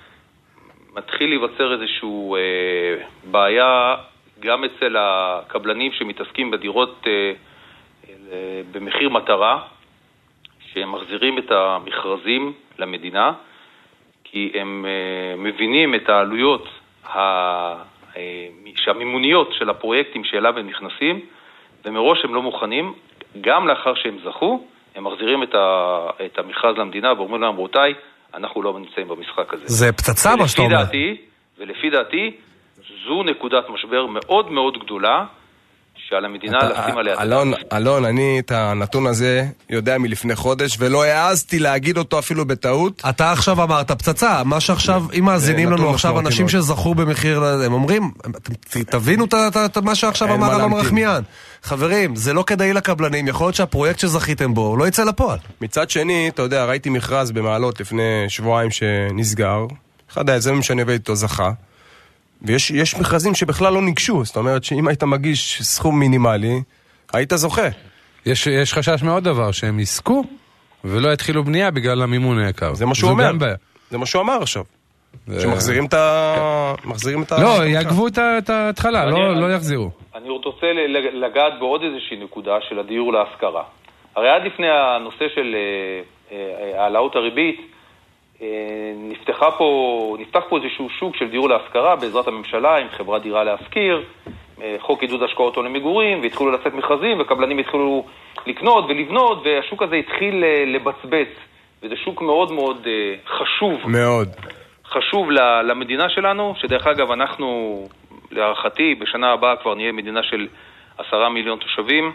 מתחיל להיווצר איזשהו אה, בעיה גם אצל הקבלנים שמתעסקים בדירות אה, אה, במחיר מטרה, שהם מחזירים את המכרזים למדינה, כי הם אה, מבינים את העלויות ה, אה, שהמימוניות של הפרויקטים שאליו הם נכנסים, ומראש הם לא מוכנים, גם לאחר שהם זכו, הם מחזירים את, ה, את המכרז למדינה ואומרים להם, רבותיי, אנחנו לא נמצאים במשחק הזה. זה פצצה מה שאתה אומר. דעתי, ולפי דעתי, זו נקודת משבר מאוד מאוד גדולה, שעל המדינה לשים עליה. אלון, אלון, אני את הנתון הזה יודע מלפני חודש, ולא העזתי להגיד אותו אפילו בטעות. אתה עכשיו אמרת פצצה, מה שעכשיו, אם מאזינים לנו עכשיו אנשים שזכו במחיר, הם אומרים, תבינו את מה שעכשיו אמר אלון רחמיאן. חברים, זה לא כדאי לקבלנים, יכול להיות שהפרויקט שזכיתם בו לא יצא לפועל. מצד שני, אתה יודע, ראיתי מכרז במעלות לפני שבועיים שנסגר, אחד היזמים שאני עובד איתו זכה, ויש יש מכרזים שבכלל לא ניגשו, זאת אומרת שאם היית מגיש סכום מינימלי, היית זוכה. יש, יש חשש מאוד דבר, שהם יסקו ולא יתחילו בנייה בגלל המימון היקר. זה מה שהוא אומר. זה מה שהוא אמר עכשיו. שמחזירים את ה... מחזירים את ה... לא, יגבו את ההתחלה, לא יחזירו. אני רוצה לגעת בעוד איזושהי נקודה של הדיור להשכרה. הרי עד לפני הנושא של העלאות הריבית, נפתחה פה, נפתח פה איזשהו שוק של דיור להשכרה בעזרת הממשלה עם חברת דירה להשכיר, חוק עידוד השקעות הון למגורים, והתחילו לצאת מכרזים וקבלנים התחילו לקנות ולבנות, והשוק הזה התחיל לבצבץ, וזה שוק מאוד מאוד חשוב. מאוד. חשוב למדינה שלנו, שדרך אגב אנחנו, להערכתי, בשנה הבאה כבר נהיה מדינה של עשרה מיליון תושבים,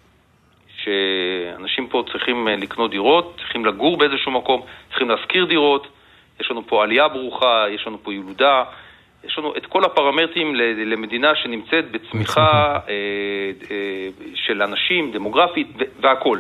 שאנשים פה צריכים לקנות דירות, צריכים לגור באיזשהו מקום, צריכים להשכיר דירות, יש לנו פה עלייה ברוכה, יש לנו פה ילודה, יש לנו את כל הפרמטרים למדינה שנמצאת בצמיחה של אנשים, דמוגרפית והכל.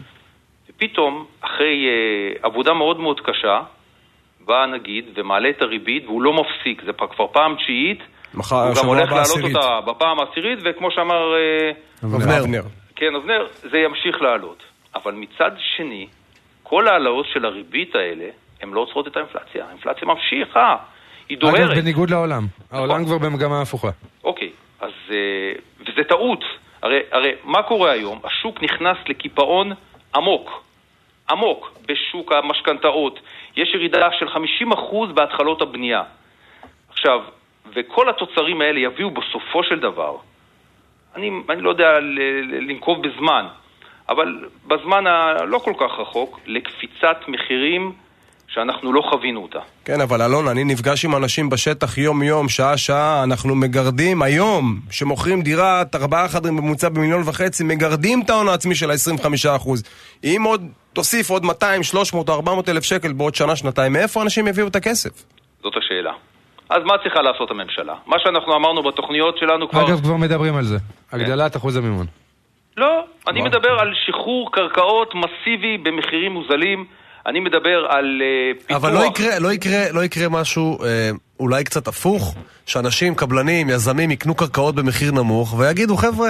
ופתאום, אחרי עבודה מאוד מאוד קשה, בא נגיד ומעלה את הריבית, והוא לא מפסיק, זה כבר פעם תשיעית, הוא גם הולך להעלות אותה בפעם העשירית, וכמו שאמר אבנר, כן, אבנר, זה ימשיך לעלות. אבל מצד שני, כל העלאות של הריבית האלה, הן לא עוצרות את האינפלציה. האינפלציה ממשיכה, היא דוהרת. אגב, בניגוד לעולם. העולם כבר במגמה הפוכה. אוקיי, אז, וזה טעות. הרי, הרי מה קורה היום? השוק נכנס לקיפאון עמוק. עמוק בשוק המשכנתאות. יש ירידה של חמישים אחוז בהתחלות הבנייה. עכשיו, וכל התוצרים האלה יביאו בסופו של דבר, אני, אני לא יודע לנקוב בזמן, אבל בזמן הלא כל כך רחוק, לקפיצת מחירים שאנחנו לא חווינו אותה. כן, אבל אלון, אני נפגש עם אנשים בשטח יום-יום, שעה-שעה, אנחנו מגרדים היום, שמוכרים דירת ארבעה חדרים בממוצע במיליון וחצי, מגרדים את ההון העצמי של ה-עשרים וחמישה אחוז. אם עוד תוסיף עוד מאתיים, שלוש מאות, ארבע מאות אלף שקל בעוד שנה, שנתיים, מאיפה אנשים יביאו את הכסף? זאת השאלה. אז מה צריכה לעשות הממשלה? מה שאנחנו אמרנו בתוכניות שלנו כבר... אגב, כבר מדברים על זה. הגדלת אחוז המימון. לא, אני מדבר על שחרור קרקעות מסיבי במחירים מוזלים. אני מדבר על פיתוח... אבל לא יקרה, לא יקרה, לא יקרה משהו אולי קצת הפוך, שאנשים, קבלנים, יזמים יקנו קרקעות במחיר נמוך ויגידו, חבר'ה,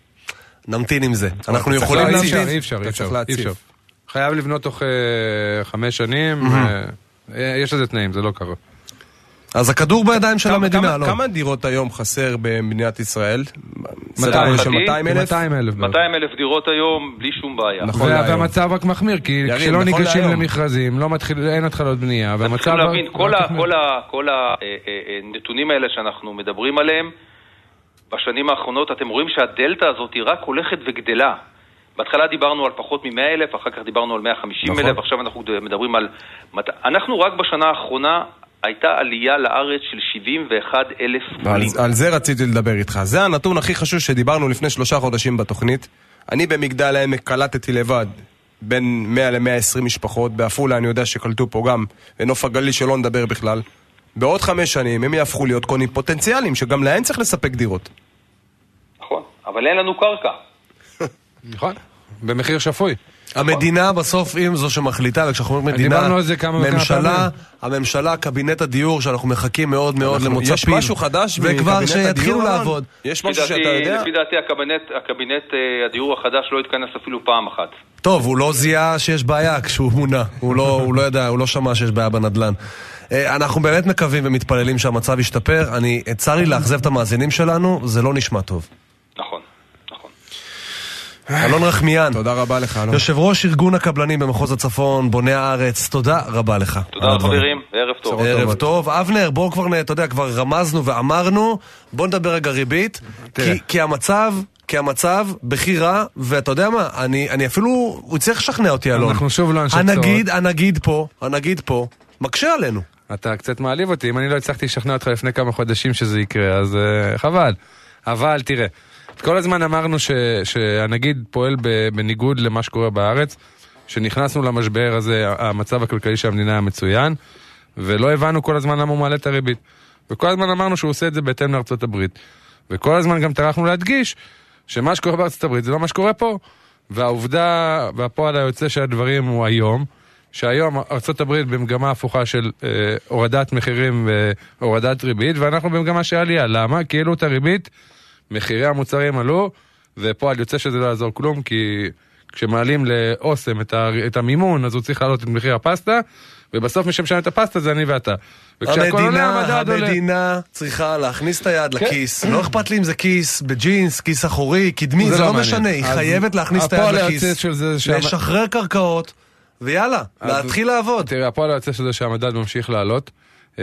נמתין עם זה. אנחנו יכולים להמתין. אי אפשר, אי אפשר, אי אפשר. חייב לבנות תוך חמש שנים, יש לזה תנאים, זה לא קרה. אז הכדור בידיים של המדינה, לא. כמה דירות היום חסר במדינת ישראל? מאתיים אלף. מאתיים אלף דירות היום, בלי שום בעיה. והמצב רק מחמיר, כי כשלא ניגשים למכרזים, אין התחלות בנייה, צריכים להבין, כל הנתונים האלה שאנחנו מדברים עליהם, בשנים האחרונות אתם רואים שהדלטה הזאת היא רק הולכת וגדלה. בהתחלה דיברנו על פחות מ-מאה אלף, אחר כך דיברנו על מאה וחמישים אלף, עכשיו אנחנו מדברים על... אנחנו רק בשנה האחרונה הייתה עלייה לארץ של שבעים ואחד אלף עולים. על זה רציתי לדבר איתך. זה הנתון הכי חשוב שדיברנו לפני שלושה חודשים בתוכנית. אני במגדל העמק קלטתי לבד בין מאה ל-מאה ועשרים משפחות, באפולה אני יודע שקלטו פה גם, ונוף הגליל שלא נדבר בכלל. בעוד חמש שנים הם יהפכו להיות קונים פוטנציאליים, שגם להם צריך לספק דירות. נכון, אבל אין לנו קרקע. נכון, במחיר שפוי. המדינה בסוף, אם זו שמחליטה, וכשאנחנו אומרים מדינה, ממשלה, הממשלה, קבינט הדיור, שאנחנו מחכים מאוד מאוד למוצא יש משהו חדש וכבר שיתחילו לעבוד. יש משהו שאתה יודע? לפי דעתי, הקבינט הדיור החדש לא התכנס אפילו פעם אחת. טוב, הוא לא זיהה שיש בעיה כשהוא מונה. הוא לא ידע, הוא לא שמע שיש בעיה בנדלן. אנחנו באמת מקווים ומתפללים שהמצב ישתפר. אני, צר לי לאכזב את המאזינים שלנו, זה לא נשמע טוב. נכון, נכון. אלון רחמיאן, תודה רבה לך, אלון. יושב ראש ארגון הקבלנים במחוז הצפון, בוני הארץ, תודה רבה לך. תודה חברים, ערב טוב. ערב טוב. אבנר, בואו כבר, אתה יודע, כבר רמזנו ואמרנו, בואו נדבר רגע ריבית, כי, כי המצב... כי המצב בכי רע, ואתה יודע מה, אני, אני אפילו, הוא צריך לשכנע אותי, אלון. אנחנו שוב לא אנשי הנגיד, הנגיד פה, הנגיד פה, מקשה עלינו. אתה קצת מעליב אותי, אם אני לא הצלחתי לשכנע אותך לפני כמה חודשים שזה יקרה, אז uh, חבל. אבל תראה, כל הזמן אמרנו ש, שהנגיד פועל בניגוד למה שקורה בארץ, שנכנסנו למשבר הזה, המצב הכלכלי של המדינה היה מצוין, ולא הבנו כל הזמן למה הוא מעלה את הריבית. וכל הזמן אמרנו שהוא עושה את זה בהתאם לארצות הברית. וכל הזמן גם טרחנו להדגיש שמה שקורה בארצות הברית זה לא מה שקורה פה. והעובדה והפועל היוצא של הדברים הוא היום, שהיום ארצות הברית במגמה הפוכה של אה, הורדת מחירים והורדת ריבית, ואנחנו במגמה של עלייה. למה? כי העלו את הריבית, מחירי המוצרים עלו, ופועל יוצא שזה לא יעזור כלום, כי כשמעלים לאוסם את, ה, את המימון, אז הוא צריך לעלות את מחיר הפסטה, ובסוף מי שמשנה את הפסטה זה אני ואתה. המדינה, המדינה צריכה להכניס את היד לכיס. לא אכפת לי אם זה כיס בג'ינס, כיס אחורי, קדמי, זה לא משנה. היא חייבת להכניס את היד לכיס, לשחרר קרקעות, ויאללה, להתחיל לעבוד. תראה, הפועל היוצא שזה שהמדד ממשיך לעלות.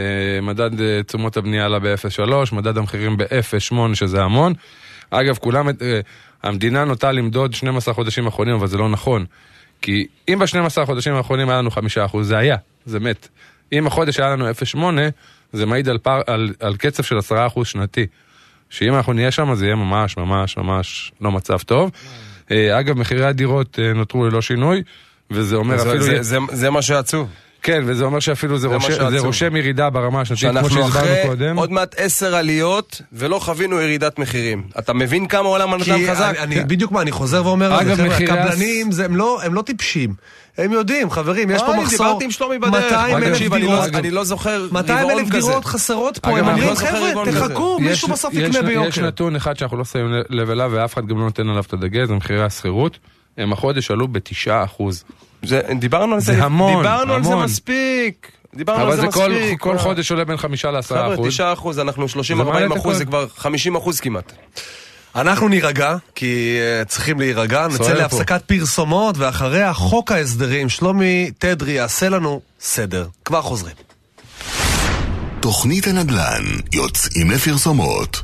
מדד תשומות הבנייה עלה ב-אפס נקודה שלוש, מדד המחירים ב-אפס נקודה שמונה, שזה המון. אגב, כולם, המדינה נוטה למדוד שנים עשר חודשים האחרונים, אבל זה לא נכון. כי אם ב-שנים עשר חודשים האחרונים היה לנו חמישה אחוז, זה היה, זה מת. אם החודש היה לנו אפס נקודה שמונה, זה מעיד על, פר, על, על קצב של עשרה אחוז שנתי. שאם אנחנו נהיה שם, זה יהיה ממש, ממש, ממש לא מצב טוב. אגב, מחירי הדירות נותרו ללא שינוי, וזה אומר זה, אפילו... זה, זה, זה מה שעצוב. כן, וזה אומר שאפילו זה, זה, רושם, זה רושם ירידה ברמה השנתית, כמו שהסברנו קודם. עוד מעט עשר עליות, ולא חווינו ירידת מחירים. אתה מבין כמה עולם הנדל"ן חזק? אני, אני, בדיוק מה, אני חוזר ואומר, אגב, הקבלנים, הם לא, הם לא טיפשים. הם יודעים, חברים, יש פה מחסור מאתיים אלף דירות. אני לא זוכר מאתיים אלף דירות חסרות פה. הם אומרים, חבר'ה, תחכו, מישהו בסוף יקנה ביוקר. יש נתון אחד שאנחנו לא שמים לב אליו, ואף אחד גם לא נותן עליו את הדגש, זה מחירי השכירות. הם החודש עלו בתשעה אחוז. דיברנו על זה, זה המון, דיברנו על זה המון. מספיק. דיברנו על זה מספיק. אבל זה כל חודש עולה בין חמישה לעשרה אחוז. תשעה אחוז, אנחנו שלושים ארבעים אחוז, זה כבר חמישים אחוז כמעט. אנחנו נירגע, כי uh, צריכים להירגע, נצא להפסקת פרסומות, ואחריה חוק ההסדרים. שלומי תדרי יעשה לנו סדר. כבר חוזרים. תוכנית הנדל"ן, יוצאים לפרסומות.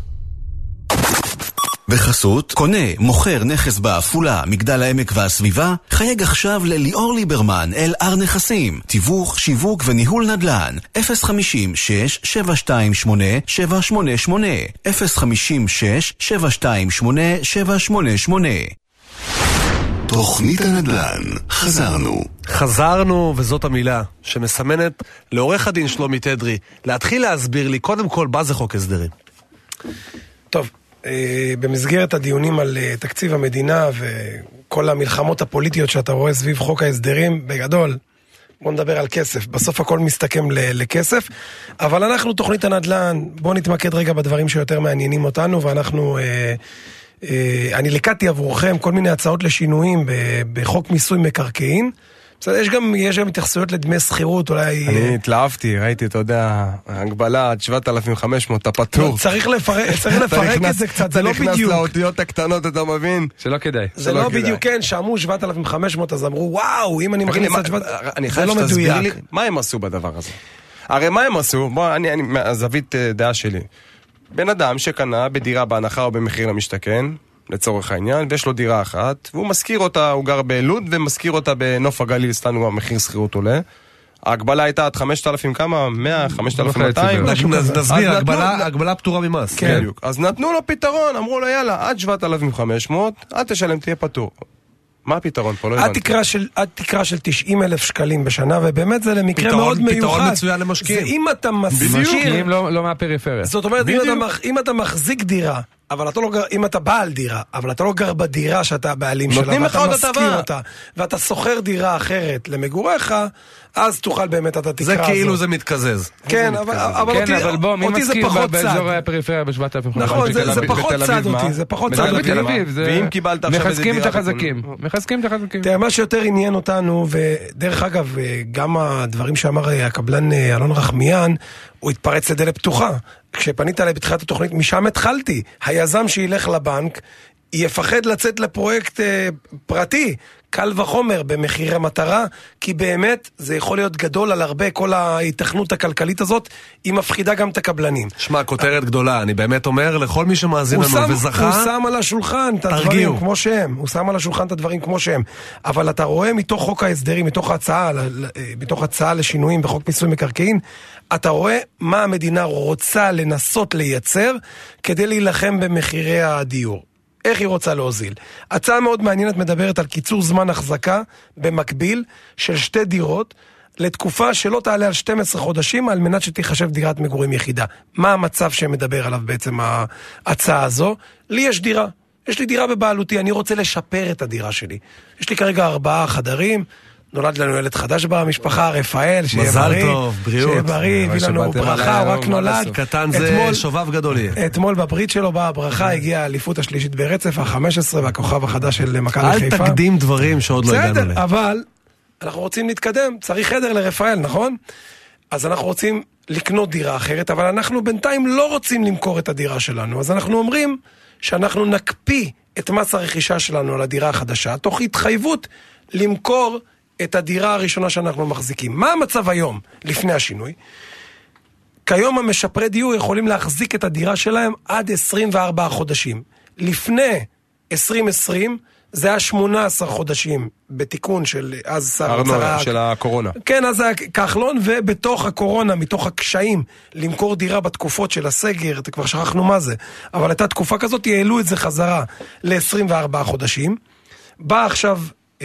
בחסות, קונה, מוכר נכס באפולה, מגדל העמק והסביבה, חייג עכשיו לליאור ליברמן, אל אר נכסים, תיווך, שיווק וניהול נדל"ן, אפס חמישים שש שבע שתיים שמונה שבע שמונה שמונה, אפס חמישים שש שבע שתיים שמונה שבע שמונה שמונה. תוכנית הנדל"ן, חזרנו. חזרנו, וזאת המילה שמסמנת לעורך הדין שלומי תדרי, להתחיל להסביר לי קודם כל מה זה חוק הסדרים. טוב. במסגרת הדיונים על תקציב המדינה וכל המלחמות הפוליטיות שאתה רואה סביב חוק ההסדרים, בגדול, בוא נדבר על כסף. בסוף הכל מסתכם לכסף, אבל אנחנו תוכנית הנדל"ן, בוא נתמקד רגע בדברים שיותר מעניינים אותנו, ואנחנו, אני לקטתי עבורכם כל מיני הצעות לשינויים בחוק מיסוי מקרקעין. בסדר, יש גם, יש גם התייחסויות לדמי שכירות, אולי... אני התלהבתי, ראיתי, אתה יודע, הגבלה עד שבעת אלפים וחמש מאות, אתה פטור. צריך לפרק את זה קצת, זה לא בדיוק. אתה נכנס לאותיות הקטנות, אתה מבין? שלא כדאי. זה לא בדיוק, כן, שאמרו שבעת אלפים וחמש מאות, אז אמרו, וואו, אם אני מכניס את שבעת... זה לא מדויק. מה הם עשו בדבר הזה? הרי מה הם עשו? בוא, אני, הזווית דעה שלי. בן אדם שקנה בדירה בהנחה או במחיר למשתכן, לצורך העניין, ויש לו דירה אחת, והוא מזכיר אותה, הוא גר בלוד, ומזכיר אותה בנוף הגליל, סתנו המחיר שכירות עולה. ההגבלה הייתה עד חמשת אלפים כמה? מאה, חמשת אלפים מאתיים? נסביר, הגבלה פטורה ממס. כן. אז נתנו לו פתרון, אמרו לו, יאללה, עד שבעת אלפים וחמש מאות, עד תשלם, תהיה פטור. מה הפתרון פה? לא הבנתי. עד תקרה של תשעים אלף שקלים בשנה, ובאמת זה למקרה מאוד מיוחד. פתרון מצוין למשקיעים. זה אם אתה משכיר... משקיעים לא מהפריפריה. זאת אומרת, אם אתה מחזיק דירה, אבל אתה לא גר, אם אתה בעל דירה, אבל אתה לא גר בדירה שאתה הבעלים שלה, ואתה משכיר אותה, ואתה סוחר דירה אחרת למגוריך, אז תוכל באמת את התקרה הזאת. זה כאילו זה מתקזז. כן, אבל בוא, מי משכיר באזור הפריפריה ב-שבעת אלפים וחמש מאות? נכון, זה פחות צד אותי, זה פחות צד אותי. ואם קיבלת עכשיו איזה דירה... מחזקים, מחזקים את החזקים. תראה, מה שיותר עניין אותנו, ודרך אגב, גם הדברים שאמר הקבלן אלון רחמיאן, הוא התפרץ לדלת פתוחה. כשפנית עליי בתחילת התוכנית, משם התחלתי. היזם שילך לבנק, יפחד לצאת לפרויקט אה, פרטי, קל וחומר במחירי מטרה, כי באמת זה יכול להיות גדול על הרבה, כל ההתכנות הכלכלית הזאת, היא מפחידה גם את הקבלנים. שמע, כותרת גדולה, אני באמת אומר לכל מי שמאזין לנו שם, וזכה, הוא שם על השולחן את הדברים תרגיעו. כמו שהם, הוא שם על השולחן את הדברים כמו שהם, אבל אתה רואה מתוך חוק ההסדרים, מתוך הצעה, מתוך הצעה לשינויים בחוק מיסוי מקרקעין, אתה רואה מה המדינה רוצה לנסות לייצר, כדי להילחם במחירי הדיור. איך היא רוצה להוזיל? הצעה מאוד מעניינת מדברת על קיצור זמן החזקה במקביל של שתי דירות לתקופה שלא תעלה על שנים עשר חודשים על מנת שתיחשב דירת מגורים יחידה. מה המצב שמדבר עליו בעצם ההצעה הזו? לי יש דירה. יש לי דירה בבעלותי, אני רוצה לשפר את הדירה שלי. יש לי כרגע ארבעה חדרים, נולד לנו ילד חדש במשפחה, רפאל, שיהיה בריא. מזל טוב, בריאות. שיהיה בריא, הביא לנו ברכה, הוא רק נולד. קטן זה שובב גדול יהיה. אתמול בברית שלו באה ברכה, הגיעה האליפות השלישית ברצף, ה-חמש עשרה והכוכב החדש של מכבי חיפה. אל תקדים דברים שעוד לא הגענו אליהם. בסדר, אבל אנחנו רוצים להתקדם, צריך חדר לרפאל, נכון? אז אנחנו רוצים לקנות דירה אחרת, אבל אנחנו בינתיים לא רוצים למכור את הדירה שלנו. אז אנחנו אומרים שאנחנו נקפיא את מס הרכישה שלנו על הדירה החדשה, תוך התחייבות למכור את הדירה הראשונה שאנחנו מחזיקים. מה המצב היום, לפני השינוי? כיום המשפרי דיור יכולים להחזיק את הדירה שלהם עד עשרים וארבעה חודשים. לפני עשרים עשרים, זה היה שמונה עשרה חודשים בתיקון של אז שר ארנונה, של הקורונה. כן, אז היה כחלון, ובתוך הקורונה, מתוך הקשיים למכור דירה בתקופות של הסגר, אתה כבר שכחנו מה זה, אבל הייתה תקופה כזאת, העלו את זה חזרה ל-עשרים וארבעה חודשים. בא עכשיו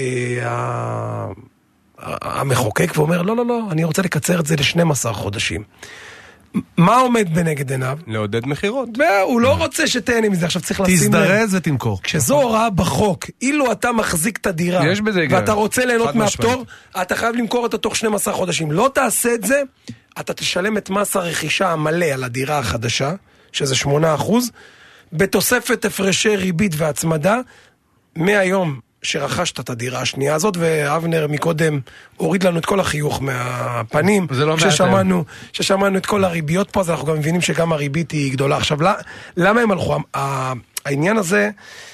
אה, המחוקק ואומר, לא, לא, לא, אני רוצה לקצר את זה ל-שנים עשר חודשים. מה עומד בנגד עיניו? לעודד מחירות. הוא לא רוצה שתהנה מזה, עכשיו צריך לשים לב. תזדרז ותמכור. כשזו הוראה בחוק, אילו אתה מחזיק את הדירה, ואתה רוצה ליהנות מהפטור, אתה חייב למכור אותה תוך שנים עשר חודשים. לא תעשה את זה, אתה תשלם את מס הרכישה המלא על הדירה החדשה, שזה שמונה אחוז, בתוספת הפרשי ריבית והצמדה, מהיום שרכשת את הדירה השנייה הזאת, ואבנר מקודם הוריד לנו את כל החיוך מהפנים, לא ששמענו, ששמענו את כל הריביות פה, אז אנחנו גם מבינים שגם הריבית היא גדולה. עכשיו, למה הם הלכו? העניין הזה,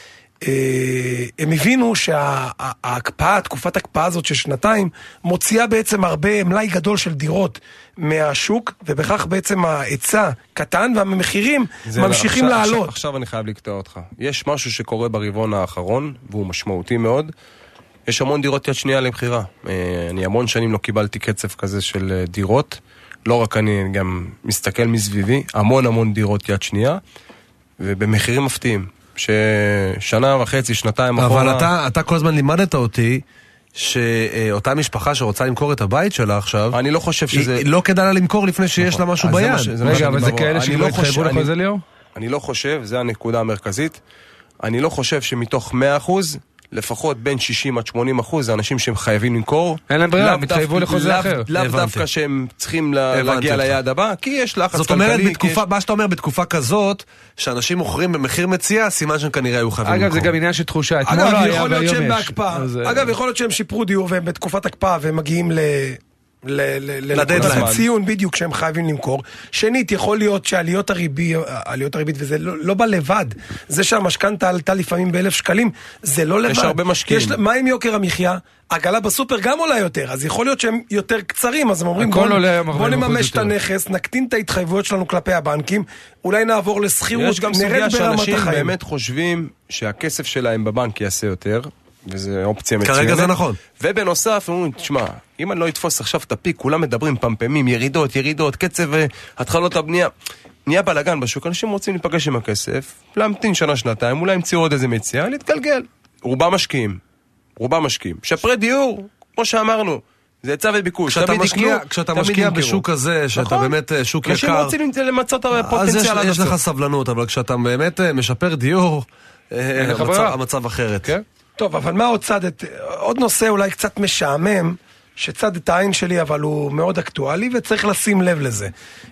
הם הבינו שההקפאה, תקופת ההקפאה הזאת של שנתיים, מוציאה בעצם הרבה מלאי גדול של דירות מהשוק, ובכך בעצם ההיצע קטן, והמחירים ממשיכים עכשיו, לעלות. עכשיו, עכשיו אני חייב לקטוע אותך. יש משהו שקורה ברבעון האחרון, והוא משמעותי מאוד. יש המון דירות יד שנייה למחירה. אני המון שנים לא קיבלתי קצב כזה של דירות. לא רק אני, גם מסתכל מסביבי. המון המון דירות יד שנייה, ובמחירים מפתיעים. ששנה וחצי, שנתיים אחורה... אבל אתה, אתה כל הזמן לימדת אותי שאותה משפחה שרוצה למכור את הבית שלה עכשיו, אני לא חושב שזה... לא כדאי לה למכור לפני שיש לה משהו ביד. רגע, אבל זה כאלה שלא התחייבו לחוזה ליאור? אני לא חושב, זה הנקודה המרכזית, אני לא חושב שמתוך מאה אחוז, לפחות בין שישים עד שמונים אחוז, זה אנשים שהם חייבים למכור. אין להם ברירה, מתחייבו לחוזה אחר. לאו דווקא שהם צריכים להגיע ליעד הבא, כי יש לחץ כלכלי. זאת אומרת, מה שאתה אומר, בתקופה כזאת, שאנשים מוכרים במחיר מציאה, סימן שהם כנראה היו חייבים למכור. אגב, זה גם עניין של תחושה. אגב, יכול להיות שהם בהקפאה. אגב, יכול להיות שהם שיפרו דיור, והם בתקופת הקפאה, והם מגיעים ל... לציון בדיוק שהם חייבים למכור. שנית, יכול להיות שעליות הריבית, עליות הריבית, וזה לא בא לבד. זה שהמשכנתה עלתה לפעמים באלף שקלים, זה לא לבד. יש הרבה משקיעים. מה עם יוקר המחיה? עגלה בסופר גם עולה יותר, אז יכול להיות שהם יותר קצרים, אז הם אומרים בוא נממש את הנכס, נקטין את ההתחייבויות שלנו כלפי הבנקים, אולי נעבור לסחירות, יש גם סוגיה שאנשים באמת חושבים שהכסף שלהם בבנק יעשה יותר, וזה אופציה מצוינת. כרגע זה נכון. ובנוסף, אומרים, תשמע, אם אני לא אתפוס עכשיו את הפיק, כולם מדברים פמפמים, ירידות, ירידות, קצב התחלות הבנייה. נהיה בלגן בשוק, אנשים רוצים להיפגש עם הכסף, להמתין שנה, שנתיים, אולי ימצאו עוד איזה מציאה, להתגלגל. רובם משקיעים. רובם משקיעים. שפרי דיור, כמו שאמרנו, זה היצע וביקוש. כשאתה משקיע, כשאתה משקיע בשוק הזה, שאתה באמת שוק יקר, אנשים רוצים למצות את הפוטנציאל. אז יש לך סבלנות, אבל כשאתה באמת משפר דיור, המצב אחרת. טוב, אבל מה עוד צד, עוד נושא אולי קצת משעמם, שצד את העין שלי, אבל הוא מאוד אקטואלי, וצריך לשים לב לזה.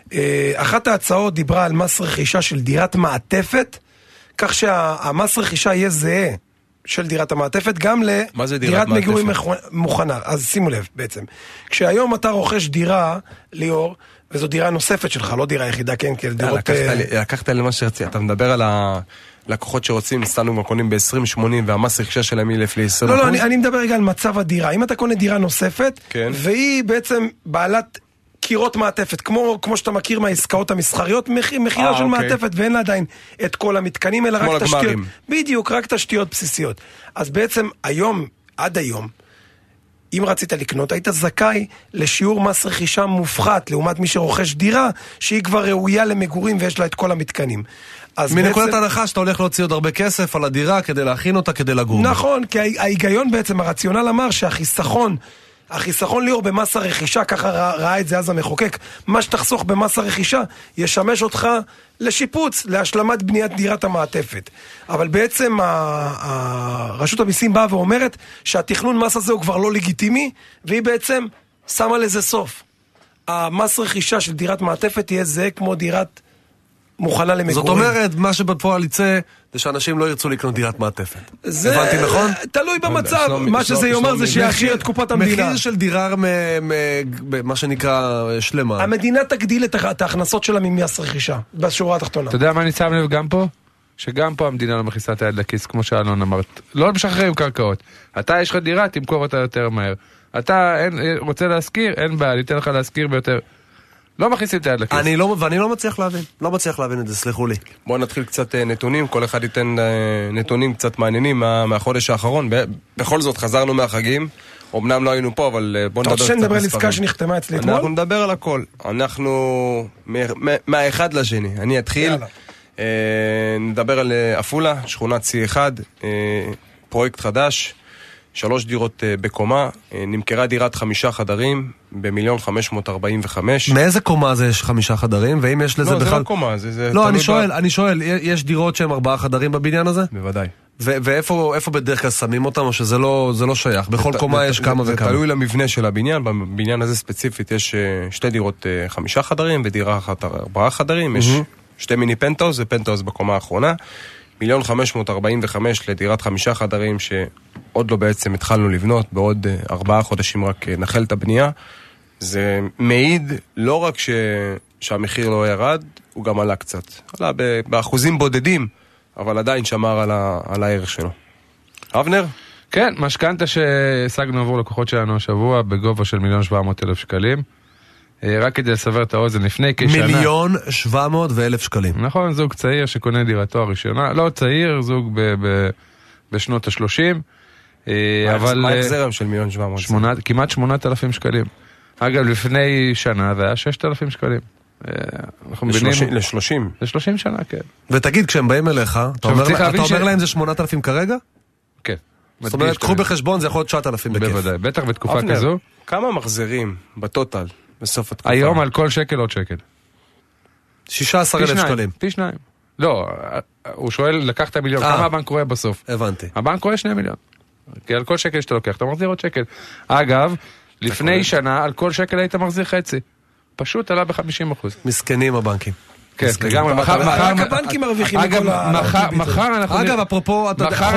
אחת ההצעות דיברה על מס רכישה של דירת מעטפת, כך שהמס רכישה יהיה זהה של דירת המעטפת, גם לדירת מגורים מוכנה. אז שימו לב, בעצם. כשהיום אתה רוכש דירה, ליאור, וזו דירה נוספת שלך, לא דירה יחידה, כן, כן, דירות... לקחת לי מה שרציתי, אתה מדבר על הלקוחות שרוצים, סתנו קונים ב-עשרים שמונים, והמס רכישה שלהם היא לפי עשרים אחוז. לא, לא, אני מדבר רגע על מצב הדירה. אם אתה קונה דירה נוספת, והיא בעצם בעלת קירות מעטפת, כמו, כמו שאתה מכיר מהעסקאות המסחריות, מחירה של מעטפת, ואין לה עדיין את כל המתקנים, אלא רק תשתיות. בדיוק, רק תשתיות בסיסיות. אז בעצם היום, עד היום, אם רצית לקנות, היית זכאי לשיעור מס רכישה מופחת, לעומת מי שרוכש דירה, שהיא כבר ראויה למגורים ויש לה את כל המתקנים. מנקודת בעצם... הנחה שאתה הולך להוציא עוד הרבה כסף על הדירה כדי להכין אותה, כדי לגור. נכון, כי ההיגיון בעצם, הרציונל אמר שהחיסכון, החיסכון ליאור במס הרכישה, ככה ראה, ראה את זה אז המחוקק, מה שתחסוך במס הרכישה, ישמש אותך לשיפוץ, להשלמת בניית דירת המעטפת. אבל בעצם הרשות המיסים באה ואומרת שהתכנון מס הזה הוא כבר לא לגיטימי, והיא בעצם שמה לזה סוף. המס רכישה של דירת מעטפת יהיה זה כמו דירת מוכנה למגורים. זאת אומרת, מה שבפועל יצא, זה שאנשים לא ירצו לקנות דירת מעטפת. הבנתי נכון? תלוי במצב. מה שזה יאמר זה שיעשיר את קופת המדינה. מחיר של דירה, מה שנקרא, שלמה. המדינה תגדיל את ההכנסות שלה ממס רכישה, בשורה התחתונה. אתה יודע מה אני שם לב גם פה? שגם פה המדינה לא מכניסה את היד לכיס, כמו שאלון אמרת. לא משחררים קרקעות. אתה יש לך דירה, תמכור אותה יותר מהר. אתה רוצה להזכיר, אין בעיה, ניתן לך להזכיר ביותר. לא מכניסים את היד לכיס. אני לא, ואני לא מצליח להבין. לא מצליח להבין את זה, סליחו לי. בואו נתחיל קצת נתונים, כל אחד ייתן נתונים קצת מעניינים מה, מהחודש האחרון. בכל זאת, חזרנו מהחגים. אמנם לא היינו פה, אבל בואו נדבר קצת מספרים. אתה רוצה לדבר על עסקה שנחתמה אצלי אתמול? אנחנו נדבר על הכל. אנחנו מהאחד לשני. אני אתחיל. אה, נדבר על אפולה, שכונת סי אחד, אה, פרויקט חדש. שלוש דירות uh, בקומה, uh, נמכרה דירת חמישה חדרים במיליון חמש מאות ארבעים וחמש. מאיזה קומה זה יש חמישה חדרים? ואם יש לזה לא, בכלל... לא, זה לא קומה, זה... זה לא, אני שואל, ב... אני שואל, יש דירות שהן ארבעה חדרים בבניין הזה? בוודאי. ו- ואיפה איפה בדרך כלל שמים אותם, או שזה לא, זה לא שייך? בכל בת, קומה בת, יש כמה זה, וכמה. זה תלוי למבנה של הבניין, בבניין הזה ספציפית יש uh, שתי דירות uh, חמישה חדרים, ודירה אחת ארבעה חדרים, mm-hmm. יש שתי מיני פנטאוס, זה פנטאוס בקומה האחרונה. מיליון חמש מאות ארבעים וחמש לדירת חמישה חדרים שעוד לא בעצם התחלנו לבנות, בעוד ארבעה חודשים רק נחל את הבנייה. זה מעיד לא רק ש... שהמחיר לא ירד, הוא גם עלה קצת. עלה באחוזים בודדים, אבל עדיין שמר על, ה... על הערך שלו. אבנר? כן, משכנתה שהשגנו עבור לקוחות שלנו השבוע בגובה של מיליון שבע מאות אלף שקלים. רק כדי לסבר את האוזן, לפני כשנה... מיליון שבע מאות ואלף שקלים. נכון, זוג צעיר שקונה דירתו הראשונה, לא צעיר, זוג ב, ב, בשנות ה-שלושים, אבל... מה החזרם של מיליון שבע מאות? שמונה, כמעט שמונת אלפים שקלים. אגב, לפני שנה זה היה ששת אלפים שקלים. לשלושים? לשלושים שנה, כן. ותגיד, כשהם באים אליך, אתה אומר להם זה שמונת אלפים כרגע? כן. זאת אומרת, קחו בחשבון, זה יכול להיות תשעת אלפים בכיף. בוודאי, בטח בתקופה כזו. כמה מחזרים בטוטל? בסוף התקופה. היום על כל שקל עוד שקל. שישה עשר אלף שקלים. פי שניים. לא, הוא שואל, לקח את המיליון, כמה הבנק רואה בסוף? הבנתי. הבנק רואה שני מיליון. כי על כל שקל שאתה לוקח, אתה מחזיר עוד שקל. אגב, לפני שנה, על כל שקל היית מחזיר חצי. פשוט עלה ב-חמישים אחוז. מסכנים הבנקים. כן, לגמרי. רק הבנקים מרוויחים מכל ה... אגב, אפרופו...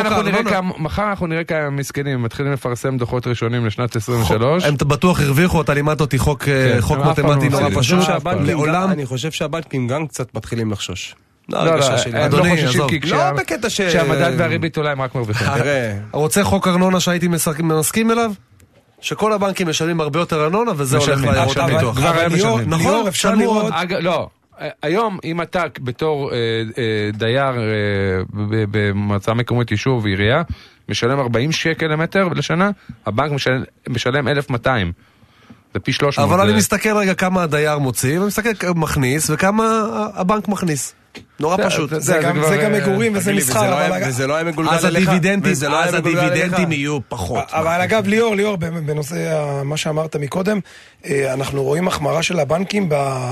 מחר אנחנו נראה כמה מסכנים, מתחילים לפרסם דוחות ראשונים לשנת עשרים ושלוש. הם בטוח הרוויחו, אתה לימדת אותי חוק מתמטי נורא פשוט. אני חושב שהבנקים גם קצת מתחילים לחשוש. לא, לא, הם לא חוששים כי כשהמדד והריבית אולי הם רק מרוויחים. רוצה חוק ארנונה שהייתי מסכים אליו? שכל הבנקים משלמים הרבה יותר ארנונה, וזה הולך לעיירות הביטוח. כבר היה משלמים. נכון, אפשר לראות. לא. היום, אם אתה בתור אה, אה, דייר אה, במצע מקומית יישוב ועירייה, משלם ארבעים שקל למטר לשנה, הבנק משלם, משלם אלף ומאתיים. זה פי שלוש מאות. אבל זה... אני מסתכל רגע כמה הדייר מוציא, ומסתכל מכניס, וכמה הבנק מכניס. נורא פשוט. זה גם מגורים וזה מסחר. וזה לא היה מגולגל אז הדיבידנדים יהיו פחות. אבל אגב, ליאור, ליאור, בנושא מה שאמרת מקודם, אנחנו רואים החמרה של הבנקים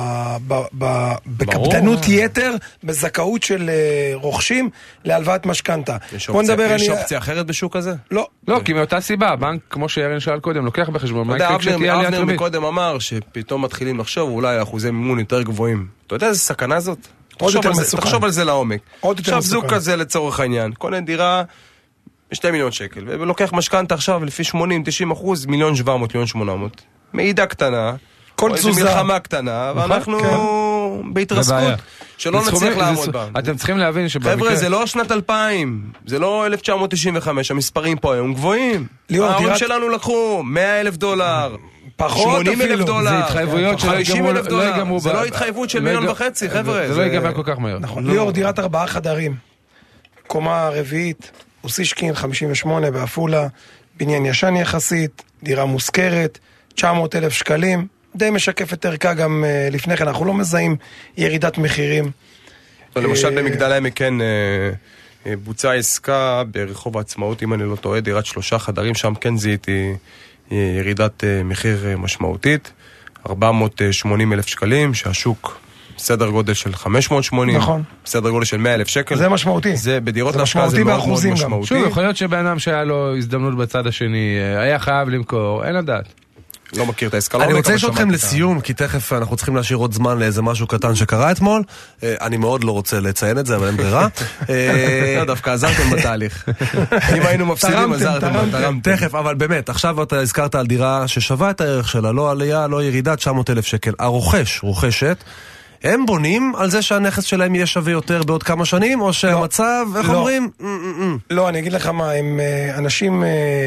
בקפדנות יתר, בזכאות של רוכשים להלוואת משכנתה. יש אופציה אחרת בשוק הזה? לא. לא, כי מאותה סיבה, הבנק, כמו שירין שאל קודם, לוקח בחשבון. אבנר מקודם אמר שפתאום מתחילים לחשוב אולי אחוזי מימון יותר גבוהים. אתה יודע איזה סכנה זאת? תחשוב על זה לעומק. עכשיו זוג כזה לצורך העניין, קונה דירה בשתי מיליון שקל, ולוקח משכנתה עכשיו לפי שמונים תשעים אחוז, מיליון שבע מאות, מיליון שמונה מאות. מעידה קטנה, כל תזוזה. מלחמה קטנה, ואנחנו בהתרסקות, שלא נצליח לעמוד בה. אתם צריכים להבין שבמקרה... חבר'ה, זה לא שנת אלפיים, זה לא אלף תשע מאות תשעים וחמש, המספרים פה היום גבוהים. ההורים שלנו לקחו מאה אלף דולר. שמונים אלף דולר, זה התחייבויות שלא ייגמרו, זה לא התחייבות של מיליון וחצי, חבר'ה. זה לא ייגמר כל כך מהר. נכון, ליאור, דירת ארבעה חדרים, קומה רביעית, אוסישקין, חמישים ושמונה בעפולה, בניין ישן יחסית, דירה מושכרת, תשע מאות אלף שקלים, די משקפת ערכה גם לפני כן, אנחנו לא מזהים ירידת מחירים. למשל במגדל העמק כן בוצעה עסקה ברחוב העצמאות, אם אני לא טועה, דירת שלושה חדרים, שם כן זיהיתי ירידת מחיר משמעותית, ארבע מאות ושמונים אלף שקלים, שהשוק סדר גודל של חמש מאות ושמונים, נכון. סדר גודל של מאה אלף שקל. זה משמעותי. זה בדירות להשקעה זה מאוד מאוד משמעותי. שוב, יכול להיות שבן אדם שהיה לו הזדמנות בצד השני, היה חייב למכור, אין לדעת. לא מכיר את העסקה. אני רוצה לשאול אתכם לסיום, כי תכף אנחנו צריכים להשאיר עוד זמן לאיזה משהו קטן שקרה אתמול. אני מאוד לא רוצה לציין את זה, אבל אין ברירה. דווקא עזרתם בתהליך. אם היינו מפסידים, עזרתם. תכף, אבל באמת, עכשיו אתה הזכרת על דירה ששווה את הערך שלה, לא עלייה, לא ירידה, תשע מאות אלף שקל. הרוכש, רוכשת, הם בונים על זה שהנכס שלהם יהיה שווה יותר בעוד כמה שנים, או שהמצב, איך אומרים? לא, אני אגיד לך מה, הם אנשים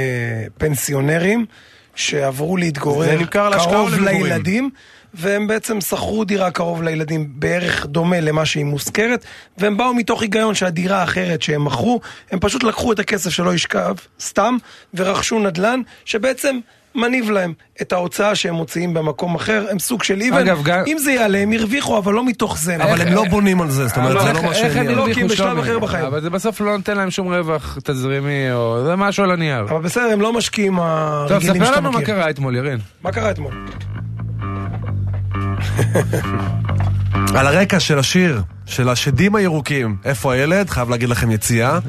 פנסיונרים, שעברו להתגורר קרוב לילדים, והם בעצם שכרו דירה קרוב לילדים בערך דומה למה שהיא מוזכרת, והם באו מתוך היגיון שהדירה האחרת שהם מכרו, הם פשוט לקחו את הכסף שלא ישכב סתם, ורכשו נדלן, שבעצם מניב להם את ההוצאה שהם מוציאים במקום אחר, הם סוג של איבן, אם זה יעלה הם הרוויחו, אבל לא מתוך זה. אבל הם לא בונים על זה, זאת אומרת, זה לא מה שהם לא, כי הם בשלב אחר בחיים. אבל זה בסוף לא נותן להם שום רווח תזרימי, או זה משהו על הנייר. אבל בסדר, הם לא משקיעים הרגילים שאתה מכיר. טוב, ספר לנו מה קרה אתמול, ירין. מה קרה אתמול? על הרקע של השיר, של השדים הירוקים, איפה הילד? חייב להגיד לכם יציאה.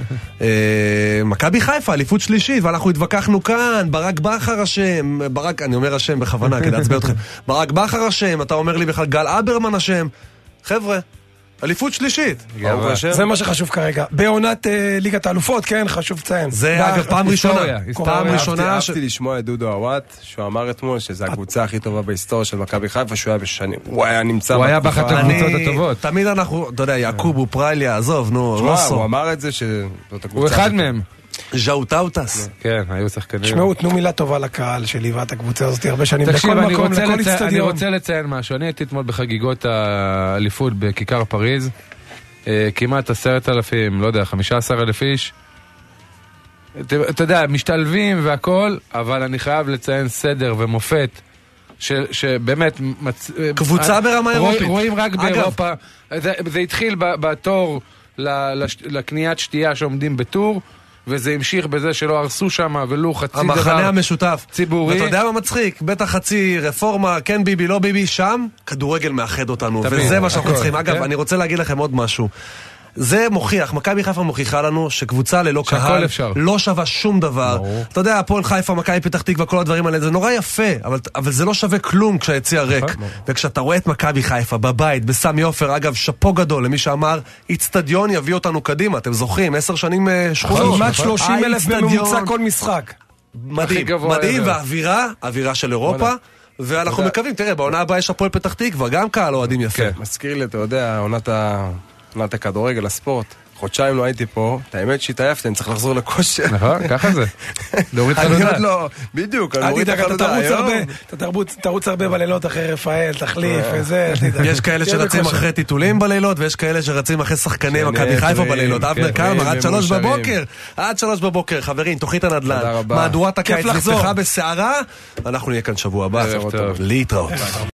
מכבי חיפה, אליפות שלישית, ואנחנו התווכחנו כאן, ברק בכר השם, ברק, אני אומר השם בכוונה, כדי להצביע אתכם. ברק בכר השם, אתה אומר לי בכלל גל אברמן השם. חבר'ה, אליפות שלישית. זה מה שחשוב כרגע. בעונת ליגת האלופות, כן, חשוב ציין. זה אגב פעם ראשונה. פעם ראשונה. אהבתי לשמוע את דודו עוואט, שהוא אמר אתמול שזו הקבוצה הכי טובה בהיסטוריה של מכבי חיפה, שהוא היה בשנים. הוא היה נמצא. הוא היה באחת הקבוצות הטובות. תמיד אנחנו, אתה יודע, יעקוב ופרייליה, עזוב, נו, רוסו. הוא אמר את זה שזאת הקבוצה. הוא אחד מהם. ז'אוטאוטס. כן, היו שחקנים. תשמעו, תנו מילה טובה לקהל שליווה את הקבוצה הזאת הרבה שנים. תקשיב, אני רוצה, לצ... אני רוצה לציין משהו. אני הייתי אתמול בחגיגות האליפות בכיכר פריז. כמעט עשרת אלפים, לא יודע, חמישה עשר אלף איש. אתה יודע, משתלבים והכל, אבל אני חייב לציין סדר ומופת, ש, שבאמת... מצ... קבוצה ברמה אירופית. רואים רק באירופה. זה, זה התחיל בתור לקניית שתייה שעומדים בטור, וזה המשיך בזה שלא הרסו שם ולו חצי דבר המחנה המשותף ציבורי. ואתה יודע מה מצחיק? בטח חצי רפורמה, כן ביבי, לא ביבי, שם כדורגל מאחד אותנו, וזה מה שאנחנו צריכים. אגב, אני רוצה להגיד לכם עוד משהו. זה מוכיח, מכבי חיפה מוכיחה לנו שקבוצה ללא קהל לא שווה שום דבר. אתה יודע, הפועל חיפה, מכבי פתח תקווה, כל הדברים האלה, זה נורא יפה, אבל, אבל זה לא שווה כלום כשהיציע ריק. וכשאתה רואה את מכבי חיפה בבית, בסמי עופר, אגב, שפו גדול למי שאמר, איצטדיון יביא אותנו קדימה, אתם זוכרים, עשר שנים שכונות. כמעט שלושים אלף בממוצע כל משחק. מדהים, מדהים, והאווירה, אווירה של אירופה, ואנחנו מקווים, תראה, בעונה הבאה יש הפועל פתח תקווה, גם קהל אוהדים יפה. מזכיר לי, אתה יודע, עונת ה... עונת הכדורגל, הספורט. חודשיים לא הייתי פה, את האמת שהתעייפתי, אני צריך לחזור לכושר. נכון, ככה זה. להוריד את החלודה. אני עוד לא, בדיוק, אני מוריד את החלודה. אתה תרוץ הרבה בלילות אחרי רפאל, תחליף, וזה. יש כאלה שרצים אחרי טיטולים בלילות, ויש כאלה שרצים אחרי שחקני מכבי חיפה בלילות. אבנר קלמר, עד שלוש בבוקר. עד שלוש בבוקר, חברים, תוכנית הנדל"ן. מהדורת הקיץ נפתחה בסערה, אנחנו נהיה כאן שבוע הבא. להתראות.